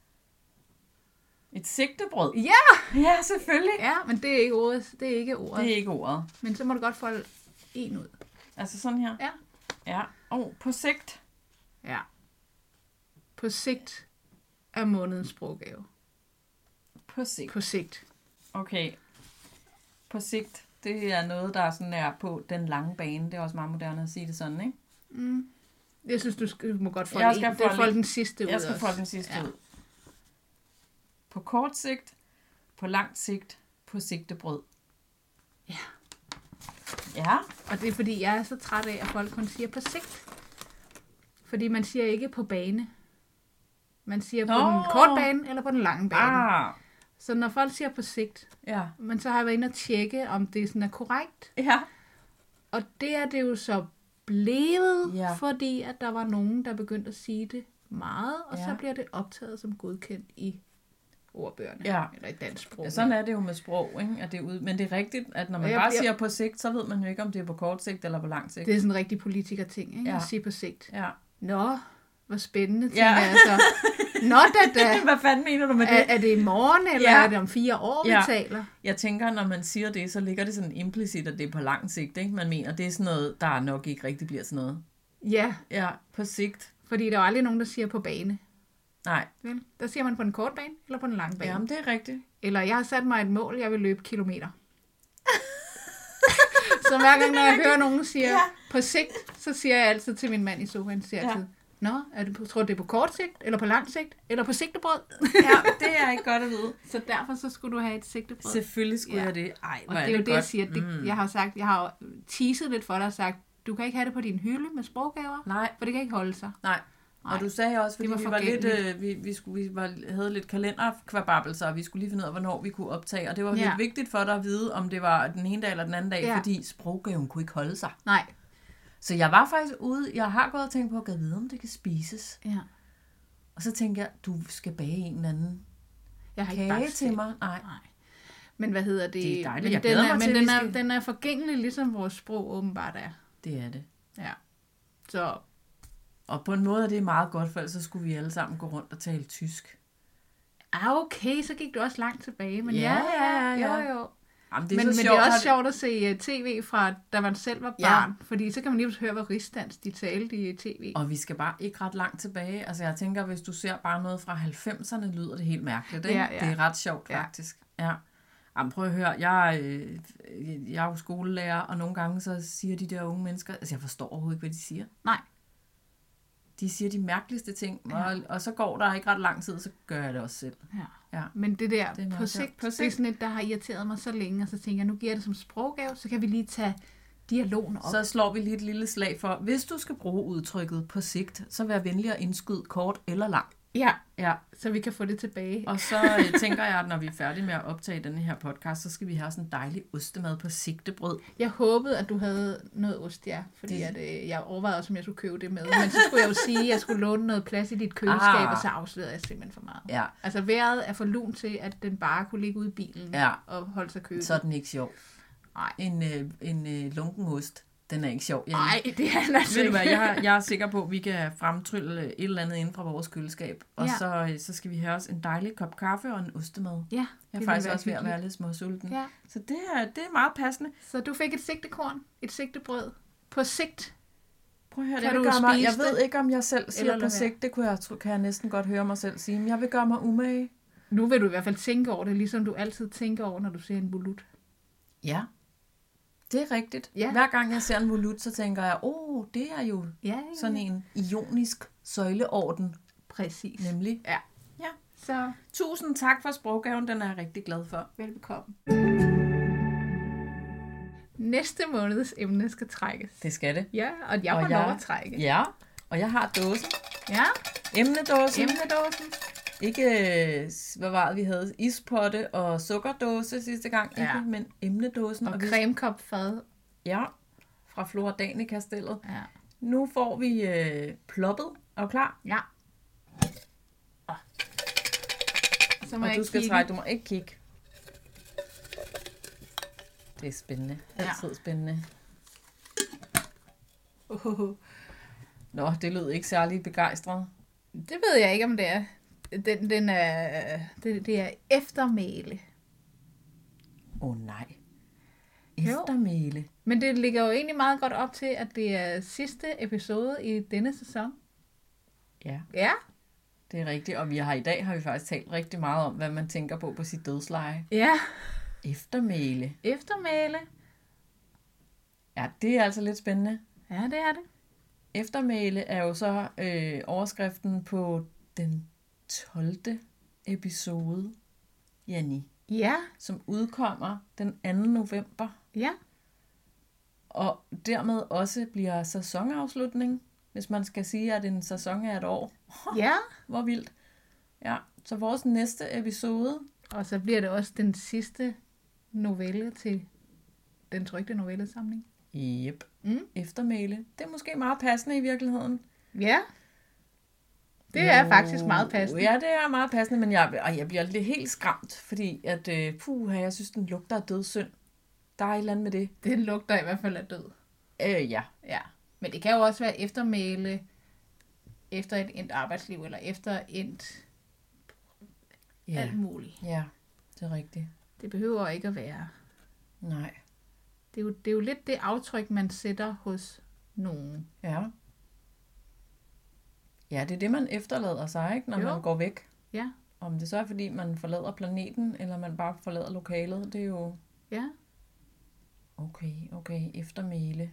Speaker 2: Et sigtebrød.
Speaker 1: Ja!
Speaker 2: Ja, selvfølgelig.
Speaker 1: Ja, men det er ikke ordet. Det er ikke ordet.
Speaker 2: Det er ikke ordet.
Speaker 1: Men så må du godt folde en ud.
Speaker 2: Altså sådan her?
Speaker 1: Ja.
Speaker 2: Ja. Oh, på sigt.
Speaker 1: Ja. På sigt er månedens sproggave.
Speaker 2: På sigt.
Speaker 1: På sigt.
Speaker 2: Okay. På sigt, det er noget, der er sådan er på den lange bane. Det er også meget moderne at sige det sådan, ikke?
Speaker 1: Mm. Jeg synes, du, skal, du må godt folde
Speaker 2: Jeg skal
Speaker 1: en. Det er
Speaker 2: folde
Speaker 1: folde den sidste ud
Speaker 2: Jeg skal
Speaker 1: også.
Speaker 2: folde den sidste
Speaker 1: Ja.
Speaker 2: ud. På kort sigt, på langt sigt, på sigtebrød.
Speaker 1: Ja.
Speaker 2: Ja.
Speaker 1: Og det er fordi, jeg er så træt af, at folk kun siger på sigt. Fordi man siger ikke på bane. Man siger på
Speaker 2: Nå.
Speaker 1: den korte bane eller på den lange bane.
Speaker 2: Ah.
Speaker 1: Så når folk siger på sigt,
Speaker 2: Ja.
Speaker 1: men så har jeg været inde og tjekke, om det sådan er korrekt.
Speaker 2: Ja.
Speaker 1: Og det er det jo så blevet,
Speaker 2: Ja.
Speaker 1: fordi at der var nogen, der begyndte at sige det meget, og
Speaker 2: Ja.
Speaker 1: så bliver det optaget som godkendt i ordbøgerne,
Speaker 2: Ja.
Speaker 1: eller i dansk sprog.
Speaker 2: Ja, sådan er det jo med sprog, ikke? At det er ude... Men det er rigtigt, at når man
Speaker 1: Jeg-
Speaker 2: bare
Speaker 1: jeg-
Speaker 2: siger på sigt, så ved man jo ikke, om det er på kort sigt eller på lang sigt.
Speaker 1: Det er sådan en rigtig politiker-ting, ikke?
Speaker 2: Ja.
Speaker 1: At sige på sigt.
Speaker 2: Ja.
Speaker 1: Nå, hvor spændende, tænker
Speaker 2: Ja.
Speaker 1: jeg så. Nå da da.
Speaker 2: Hvad fanden mener du med
Speaker 1: Er,
Speaker 2: det?
Speaker 1: er det i morgen, eller
Speaker 2: Ja.
Speaker 1: er det om fire år, vi
Speaker 2: Ja.
Speaker 1: taler?
Speaker 2: Jeg tænker, når man siger det, så ligger det sådan implicit, at det er på lang sigt, ikke? Man mener, det er sådan noget, der nok ikke rigtig bliver sådan noget.
Speaker 1: Ja,
Speaker 2: Ja, på sigt.
Speaker 1: fordi der er jo aldrig nogen, der siger på bane.
Speaker 2: Nej.
Speaker 1: Vel? Der siger man på den korte bane, eller på den lange bane.
Speaker 2: Jamen, det er rigtigt.
Speaker 1: Eller jeg har sat mig et mål, jeg vil løbe kilometer. Så hver gang, når jeg hører nogen sige
Speaker 2: Ja.
Speaker 1: på sigt, så siger jeg altid til min mand i sofaen, siger jeg
Speaker 2: Ja.
Speaker 1: altid, Nå, er det på, tror du det er på kort sigt, eller på lang sigt, eller på sigtebrød?
Speaker 2: Ja, det er ikke godt at vide.
Speaker 1: Så derfor så skulle du have et sigtebrød.
Speaker 2: Selvfølgelig skulle
Speaker 1: Ja.
Speaker 2: jeg det. Ej, hvor
Speaker 1: Og
Speaker 2: er
Speaker 1: det er jo
Speaker 2: det
Speaker 1: det, jeg
Speaker 2: godt.
Speaker 1: siger. Det,
Speaker 2: Mm.
Speaker 1: Jeg har sagt, jeg har jo teaset lidt for dig og sagt, du kan ikke have det på din hylde med sproggaver,
Speaker 2: Nej,
Speaker 1: for det kan ikke holde sig.
Speaker 2: nej.
Speaker 1: Nej.
Speaker 2: Og du sagde også, fordi
Speaker 1: Det var
Speaker 2: vi var lidt,
Speaker 1: forgængeligt.
Speaker 2: øh, vi, vi, skulle, vi var, havde lidt kalenderkvababelser, og vi skulle lige finde ud af, hvornår vi kunne optage. Og det var
Speaker 1: Ja.
Speaker 2: lidt vigtigt for dig at vide, om det var den ene dag eller den anden dag,
Speaker 1: Ja.
Speaker 2: fordi sproggaven kunne ikke holde sig.
Speaker 1: Nej.
Speaker 2: Så jeg var faktisk ude, jeg har gået og tænkt på, at jeg vide, om det kan spises.
Speaker 1: Ja.
Speaker 2: Og så tænkte jeg, du skal bage en eller anden
Speaker 1: Jeg har ikke
Speaker 2: kage
Speaker 1: bagt
Speaker 2: til
Speaker 1: selv.
Speaker 2: mig. Nej.
Speaker 1: Nej. Men hvad hedder det?
Speaker 2: Det er dejligt.
Speaker 1: Men
Speaker 2: Jeg
Speaker 1: den
Speaker 2: glæder
Speaker 1: er,
Speaker 2: mig
Speaker 1: men
Speaker 2: til,
Speaker 1: den
Speaker 2: vi
Speaker 1: er,
Speaker 2: skal-
Speaker 1: den er forgængelig, ligesom vores sprog åbenbart er.
Speaker 2: Det er det.
Speaker 1: Ja. Så
Speaker 2: Og på en måde er det meget godt, for ellers så skulle vi alle sammen gå rundt og tale tysk.
Speaker 1: ah, okay, så gik du også langt tilbage. Men
Speaker 2: Ja,
Speaker 1: ja,
Speaker 2: ja, ja.
Speaker 1: Jo, jo.
Speaker 2: Jamen, det er
Speaker 1: Men,
Speaker 2: så
Speaker 1: men
Speaker 2: sjovt,
Speaker 1: det er
Speaker 2: når
Speaker 1: også sjovt at se uh, tv fra, da man selv var
Speaker 2: Ja.
Speaker 1: barn. Fordi så kan man lige pludselig høre, hvad rigsdansk de talte i tv.
Speaker 2: Og vi skal bare ikke ret langt tilbage. Altså jeg tænker, hvis du ser bare noget fra halvfemserne, lyder det helt mærkeligt. Ikke?
Speaker 1: Ja, ja.
Speaker 2: Det er ret sjovt
Speaker 1: Ja.
Speaker 2: faktisk. Ja. Jamen, prøv at høre, jeg, øh, jeg er jo skolelærer, og nogle gange så siger de der unge mennesker, altså jeg forstår overhovedet ikke, hvad de siger.
Speaker 1: Nej.
Speaker 2: De siger de mærkeligste ting,
Speaker 1: Ja.
Speaker 2: og, og så går der ikke ret lang tid, så gør jeg det også selv.
Speaker 1: Ja.
Speaker 2: Ja.
Speaker 1: Men det der
Speaker 2: Det er
Speaker 1: på
Speaker 2: meget
Speaker 1: sigt,
Speaker 2: sjovt. På
Speaker 1: det er
Speaker 2: sigt.
Speaker 1: sådan et, der har irriteret mig så længe, og så tænker jeg, nu giver jeg det som sproggave, så kan vi lige tage dialogen op.
Speaker 2: Så slår vi lige et lille slag for, hvis du skal bruge udtrykket på sigt, så vær venlig at indskyde kort eller lang.
Speaker 1: Ja,
Speaker 2: Ja.
Speaker 1: så vi kan få det tilbage.
Speaker 2: Og så øh, tænker jeg, at når vi er færdige med at optage denne her podcast, så skal vi have sådan en dejlig ostemad på sigtebrød.
Speaker 1: Jeg håbede, at du havde noget ost, ja. Fordi
Speaker 2: Det-
Speaker 1: at, øh, jeg overvejede også, om jeg skulle købe det med. Men så skulle jeg jo sige, at jeg skulle låne noget plads i dit køleskab,
Speaker 2: Ah.
Speaker 1: og så afslørede jeg simpelthen for meget.
Speaker 2: Ja,
Speaker 1: Altså vejret er for lun til, at den bare kunne ligge ude i bilen
Speaker 2: Ja.
Speaker 1: og holde sig kølet.
Speaker 2: så er den ikke sjov.
Speaker 1: Nej.
Speaker 2: En, øh, en øh, lunken ost, den er ikke sjov. Jeg,
Speaker 1: Nej, det er den altså
Speaker 2: ved du
Speaker 1: ikke.
Speaker 2: hvad, jeg, jeg er sikker på, at vi kan fremtrylle et eller andet inden fra vores køleskab. Og
Speaker 1: Ja.
Speaker 2: så, øh, så skal vi have os en dejlig kop kaffe og en ostemad.
Speaker 1: Ja,
Speaker 2: Jeg er
Speaker 1: ville
Speaker 2: faktisk
Speaker 1: være
Speaker 2: også ved at
Speaker 1: hyggeligt.
Speaker 2: være lidt småsulten.
Speaker 1: Ja.
Speaker 2: Så det er, det er meget passende.
Speaker 1: Så du fik et sigtekorn, et sigtebrød. På sigt.
Speaker 2: Prøv at høre,
Speaker 1: Kan
Speaker 2: det vil
Speaker 1: du
Speaker 2: gøre mig,
Speaker 1: spise
Speaker 2: jeg ved
Speaker 1: det?
Speaker 2: ikke, om jeg selv siger
Speaker 1: Eller
Speaker 2: på
Speaker 1: lade være?
Speaker 2: sigt. Det kunne jeg, tro- kan jeg næsten godt høre mig selv sige. Men jeg vil gøre mig umage.
Speaker 1: Nu vil du i hvert fald tænke over det, ligesom du altid tænker over, når du ser en volut.
Speaker 2: Ja, det er rigtigt.
Speaker 1: Ja.
Speaker 2: Hver gang jeg ser en volut, så tænker jeg, åh, oh, det er jo
Speaker 1: Ja, ja,
Speaker 2: sådan en ionisk søjleorden,
Speaker 1: Præcis.
Speaker 2: nemlig.
Speaker 1: Ja.
Speaker 2: Ja.
Speaker 1: Så
Speaker 2: Tusind tak for sproggaven, den er jeg rigtig glad for.
Speaker 1: velbekomme. Næste måneds emne skal trækkes.
Speaker 2: Det skal det.
Speaker 1: Ja, og jeg
Speaker 2: Og
Speaker 1: får
Speaker 2: jeg-
Speaker 1: lov at trække.
Speaker 2: Ja, og jeg har dåsen.
Speaker 1: Ja,
Speaker 2: Emnedåsen.
Speaker 1: emnedåsen.
Speaker 2: Ikke, øh, hvad var det, vi havde? Ispotte og sukkerdåse sidste gang,
Speaker 1: Ja.
Speaker 2: ikke? Men emnedåsen.
Speaker 1: Og
Speaker 2: vi-
Speaker 1: cremekopfad.
Speaker 2: Ja, fra Flora Danica-stellet.
Speaker 1: Ja.
Speaker 2: Nu får vi øh, ploppet. Er du klar?
Speaker 1: Ja. Så så må
Speaker 2: Og
Speaker 1: jeg
Speaker 2: du
Speaker 1: ikke
Speaker 2: skal
Speaker 1: kigge.
Speaker 2: trække, du må ikke kigge. Det er spændende. Altid ja. spændende.
Speaker 1: Uh,
Speaker 2: Nå, det lød ikke særlig begejstret.
Speaker 1: det ved jeg ikke, om det er. Den, den er det, det er eftermæle.
Speaker 2: Åh oh, nej. Eftermæle.
Speaker 1: Men det ligger jo egentlig meget godt op til, at det er sidste episode i denne sæson.
Speaker 2: Ja,
Speaker 1: Ja.
Speaker 2: det er rigtigt. Og vi har i dag har vi faktisk talt rigtig meget om, hvad man tænker på på sit dødsleje.
Speaker 1: Ja.
Speaker 2: Eftermæle.
Speaker 1: Eftermæle.
Speaker 2: Ja, det er altså lidt spændende.
Speaker 1: Ja, det er det.
Speaker 2: Eftermæle er jo så øh, overskriften på den tolvte episode, Jenny,
Speaker 1: Ja.
Speaker 2: som udkommer den anden november,
Speaker 1: Ja.
Speaker 2: og dermed også bliver sæsonafslutning, hvis man skal sige, at en sæson er et år.
Speaker 1: Ja.
Speaker 2: Hvor vildt. Ja, så vores næste episode,
Speaker 1: Og så bliver det også den sidste novelle til den trykte novellesamling.
Speaker 2: yep,
Speaker 1: Mm.
Speaker 2: Eftermæle. Det er måske meget passende i virkeligheden.
Speaker 1: Ja. Det er
Speaker 2: Jo,
Speaker 1: faktisk meget passende.
Speaker 2: Ja, det er meget passende, men jeg, og jeg bliver lidt helt skræmt, fordi at, øh, puh, jeg synes, den lugter af dødssynd. Der er et eller andet med det.
Speaker 1: Den lugter i hvert fald af død.
Speaker 2: Øh, ja.
Speaker 1: Ja. Men det kan jo også være eftermæle efter et endt arbejdsliv, eller efter endt
Speaker 2: Ja.
Speaker 1: alt muligt.
Speaker 2: Ja, det er rigtigt.
Speaker 1: Det behøver ikke at være.
Speaker 2: Nej.
Speaker 1: Det er jo, det er jo lidt det aftryk, man sætter hos nogen.
Speaker 2: Ja. Ja, det er det, man efterlader sig, ikke, når
Speaker 1: Jo.
Speaker 2: man går væk.
Speaker 1: Ja.
Speaker 2: Om det så er, fordi man forlader planeten, eller man bare forlader lokalet, det er jo...
Speaker 1: Ja.
Speaker 2: Okay, okay, eftermæle.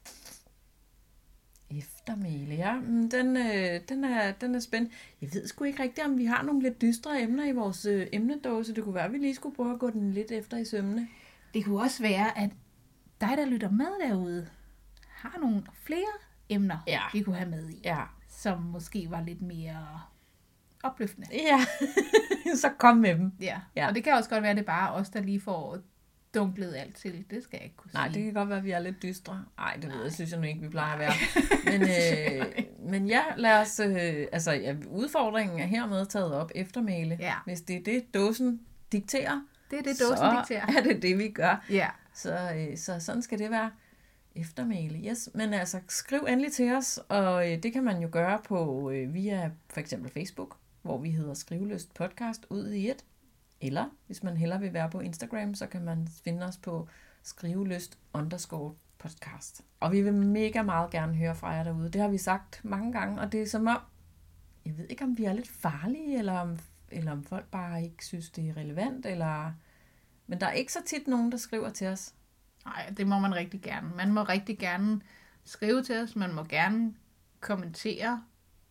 Speaker 2: Eftermæle, ja. Mm, Den, øh, den, er, den er spændende. Jeg ved sgu ikke rigtigt, om vi har nogle lidt dystre emner i vores øh, emnedåse. Det kunne være, at vi lige skulle prøve at gå den lidt efter i sømne.
Speaker 1: Det kunne også være, at dig, der lytter med derude, har nogle flere emner,
Speaker 2: Ja.
Speaker 1: vi kunne have med i,
Speaker 2: Ja.
Speaker 1: som måske var lidt mere opløftende.
Speaker 2: Ja, så kom med dem.
Speaker 1: Ja.
Speaker 2: Ja.
Speaker 1: Og det kan også godt være, at det er bare os, der lige får dunklet alt til. Det skal jeg ikke kunne
Speaker 2: Nej,
Speaker 1: sige.
Speaker 2: det kan godt være, at vi er lidt dystre. Nej, det ved jeg, synes jeg nu ikke, vi plejer at være. Men, øh, men ja, lad os... Øh, altså, ja, udfordringen er hermed taget op eftermæle.
Speaker 1: Ja.
Speaker 2: Hvis det er det, dåsen dikterer,
Speaker 1: Det er det, dåsen
Speaker 2: så
Speaker 1: dikterer.
Speaker 2: er det det, vi gør.
Speaker 1: Ja.
Speaker 2: Så, øh, så sådan skal det være. Eftermæle, yes. Men altså, skriv endelig til os, og øh, det kan man jo gøre på øh, via for eksempel Facebook, hvor vi hedder Skriveløst Podcast ud i et. Eller hvis man hellere vil være på Instagram, så kan man finde os på skriveløst underscore podcast. Og vi vil mega meget gerne høre fra jer derude. Det har vi sagt mange gange, og det er som om, jeg ved ikke om vi er lidt farlige, eller om, eller om folk bare ikke synes, det er relevant, eller... Men der er ikke så tit nogen, der skriver til os.
Speaker 1: Nej, det må man rigtig gerne. Man må rigtig gerne skrive til os. Man må gerne kommentere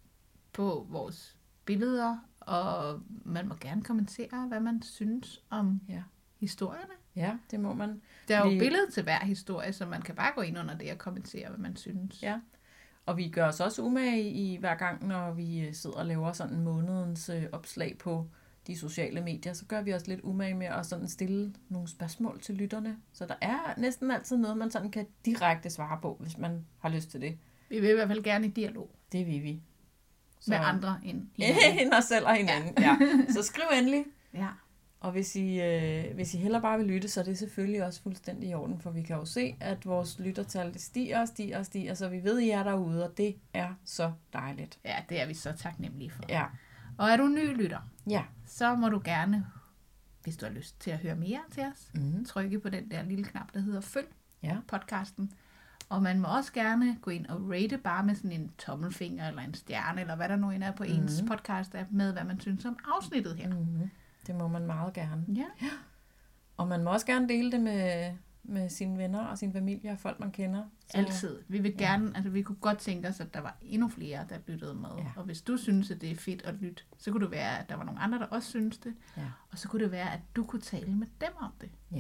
Speaker 1: på vores billeder, og man må gerne kommentere, hvad man synes om
Speaker 2: Ja.
Speaker 1: historierne.
Speaker 2: Ja, det må man.
Speaker 1: Der er jo
Speaker 2: Vi-
Speaker 1: billede til hver historie, så man kan bare gå ind under det og kommentere, hvad man synes.
Speaker 2: Ja. Og vi gør os også umage i hver gang, når vi øh, sidder og laver sådan en månedens øh, opslag på de sociale medier, så gør vi os lidt umage med at sådan stille nogle spørgsmål til lytterne. Så der er næsten altid noget, man sådan kan direkte svare på, hvis man har lyst til det.
Speaker 1: Vi vil i hvert fald gerne i dialog
Speaker 2: Det vil vi.
Speaker 1: så... med andre end hinanden.
Speaker 2: End os selv og hinanden. Ja. Ja. Så skriv endelig.
Speaker 1: Ja.
Speaker 2: Og hvis I, øh, hvis I heller bare vil lytte, så er det selvfølgelig også fuldstændig i orden, for vi kan jo se, at vores lyttertal det stiger og stiger og stiger, så vi ved, at I er derude, og det er så dejligt.
Speaker 1: ja, det er vi så taknemmelige for.
Speaker 2: Ja.
Speaker 1: Og er du ny lytter,
Speaker 2: Ja.
Speaker 1: så må du gerne, hvis du har lyst til at høre mere til os,
Speaker 2: Mm.
Speaker 1: trykke på den der lille knap, der hedder følg
Speaker 2: Ja.
Speaker 1: podcasten. Og man må også gerne gå ind og rate bare med sådan en tommelfinger eller en stjerne, eller hvad der nu end er på mm. ens podcast-app, med hvad man synes om afsnittet her.
Speaker 2: Mm. Det må man meget gerne.
Speaker 1: Ja.
Speaker 2: Og man må også gerne dele det med, med sine venner og sin familie og folk, man kender. Så,
Speaker 1: Altid. Vi vil gerne, altså vi kunne godt tænke os, at der var endnu flere, der lyttede med.
Speaker 2: Ja.
Speaker 1: Og hvis du synes, at det er fedt at lytte, så kunne det være, at der var nogle andre, der også synes det.
Speaker 2: Ja.
Speaker 1: Og så kunne det være, at du kunne tale med dem om det.
Speaker 2: Ja.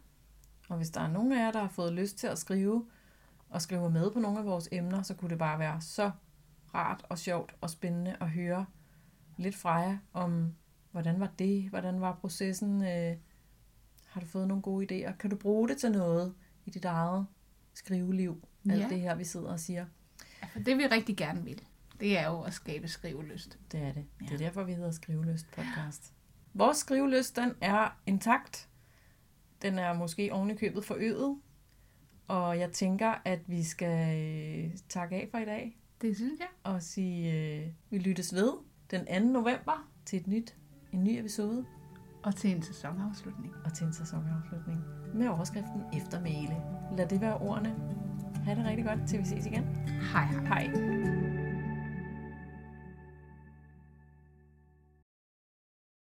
Speaker 2: Og hvis der er nogen af jer, der har fået lyst til at skrive, og skrive med på nogle af vores emner, så kunne det bare være så rart og sjovt og spændende at høre lidt fra jer om, hvordan var det, hvordan var processen, øh, har du fået nogle gode idéer, kan du bruge det til noget i dit eget skriveliv, alt
Speaker 1: Ja.
Speaker 2: det her, vi sidder og siger.
Speaker 1: Ja, for det vi rigtig gerne vil, det er jo at skabe skrivelyst.
Speaker 2: Det er det. Det er
Speaker 1: Ja.
Speaker 2: derfor, vi hedder Skriveløst Podcast. Vores skrivelyst, den er intakt. Den er måske oven i købet forøget. Og jeg tænker, at vi skal øh, takke af for i dag.
Speaker 1: Det synes jeg.
Speaker 2: Og sige, øh, vi lyttes ved den anden november til et nyt, en ny episode.
Speaker 1: Og til en sæsonafslutning.
Speaker 2: Og til en sæsonafslutning med overskriften Eftermæle. Lad det være ordene. Ha' det rigtig godt, til vi ses igen.
Speaker 1: Hej hej.
Speaker 2: Hej.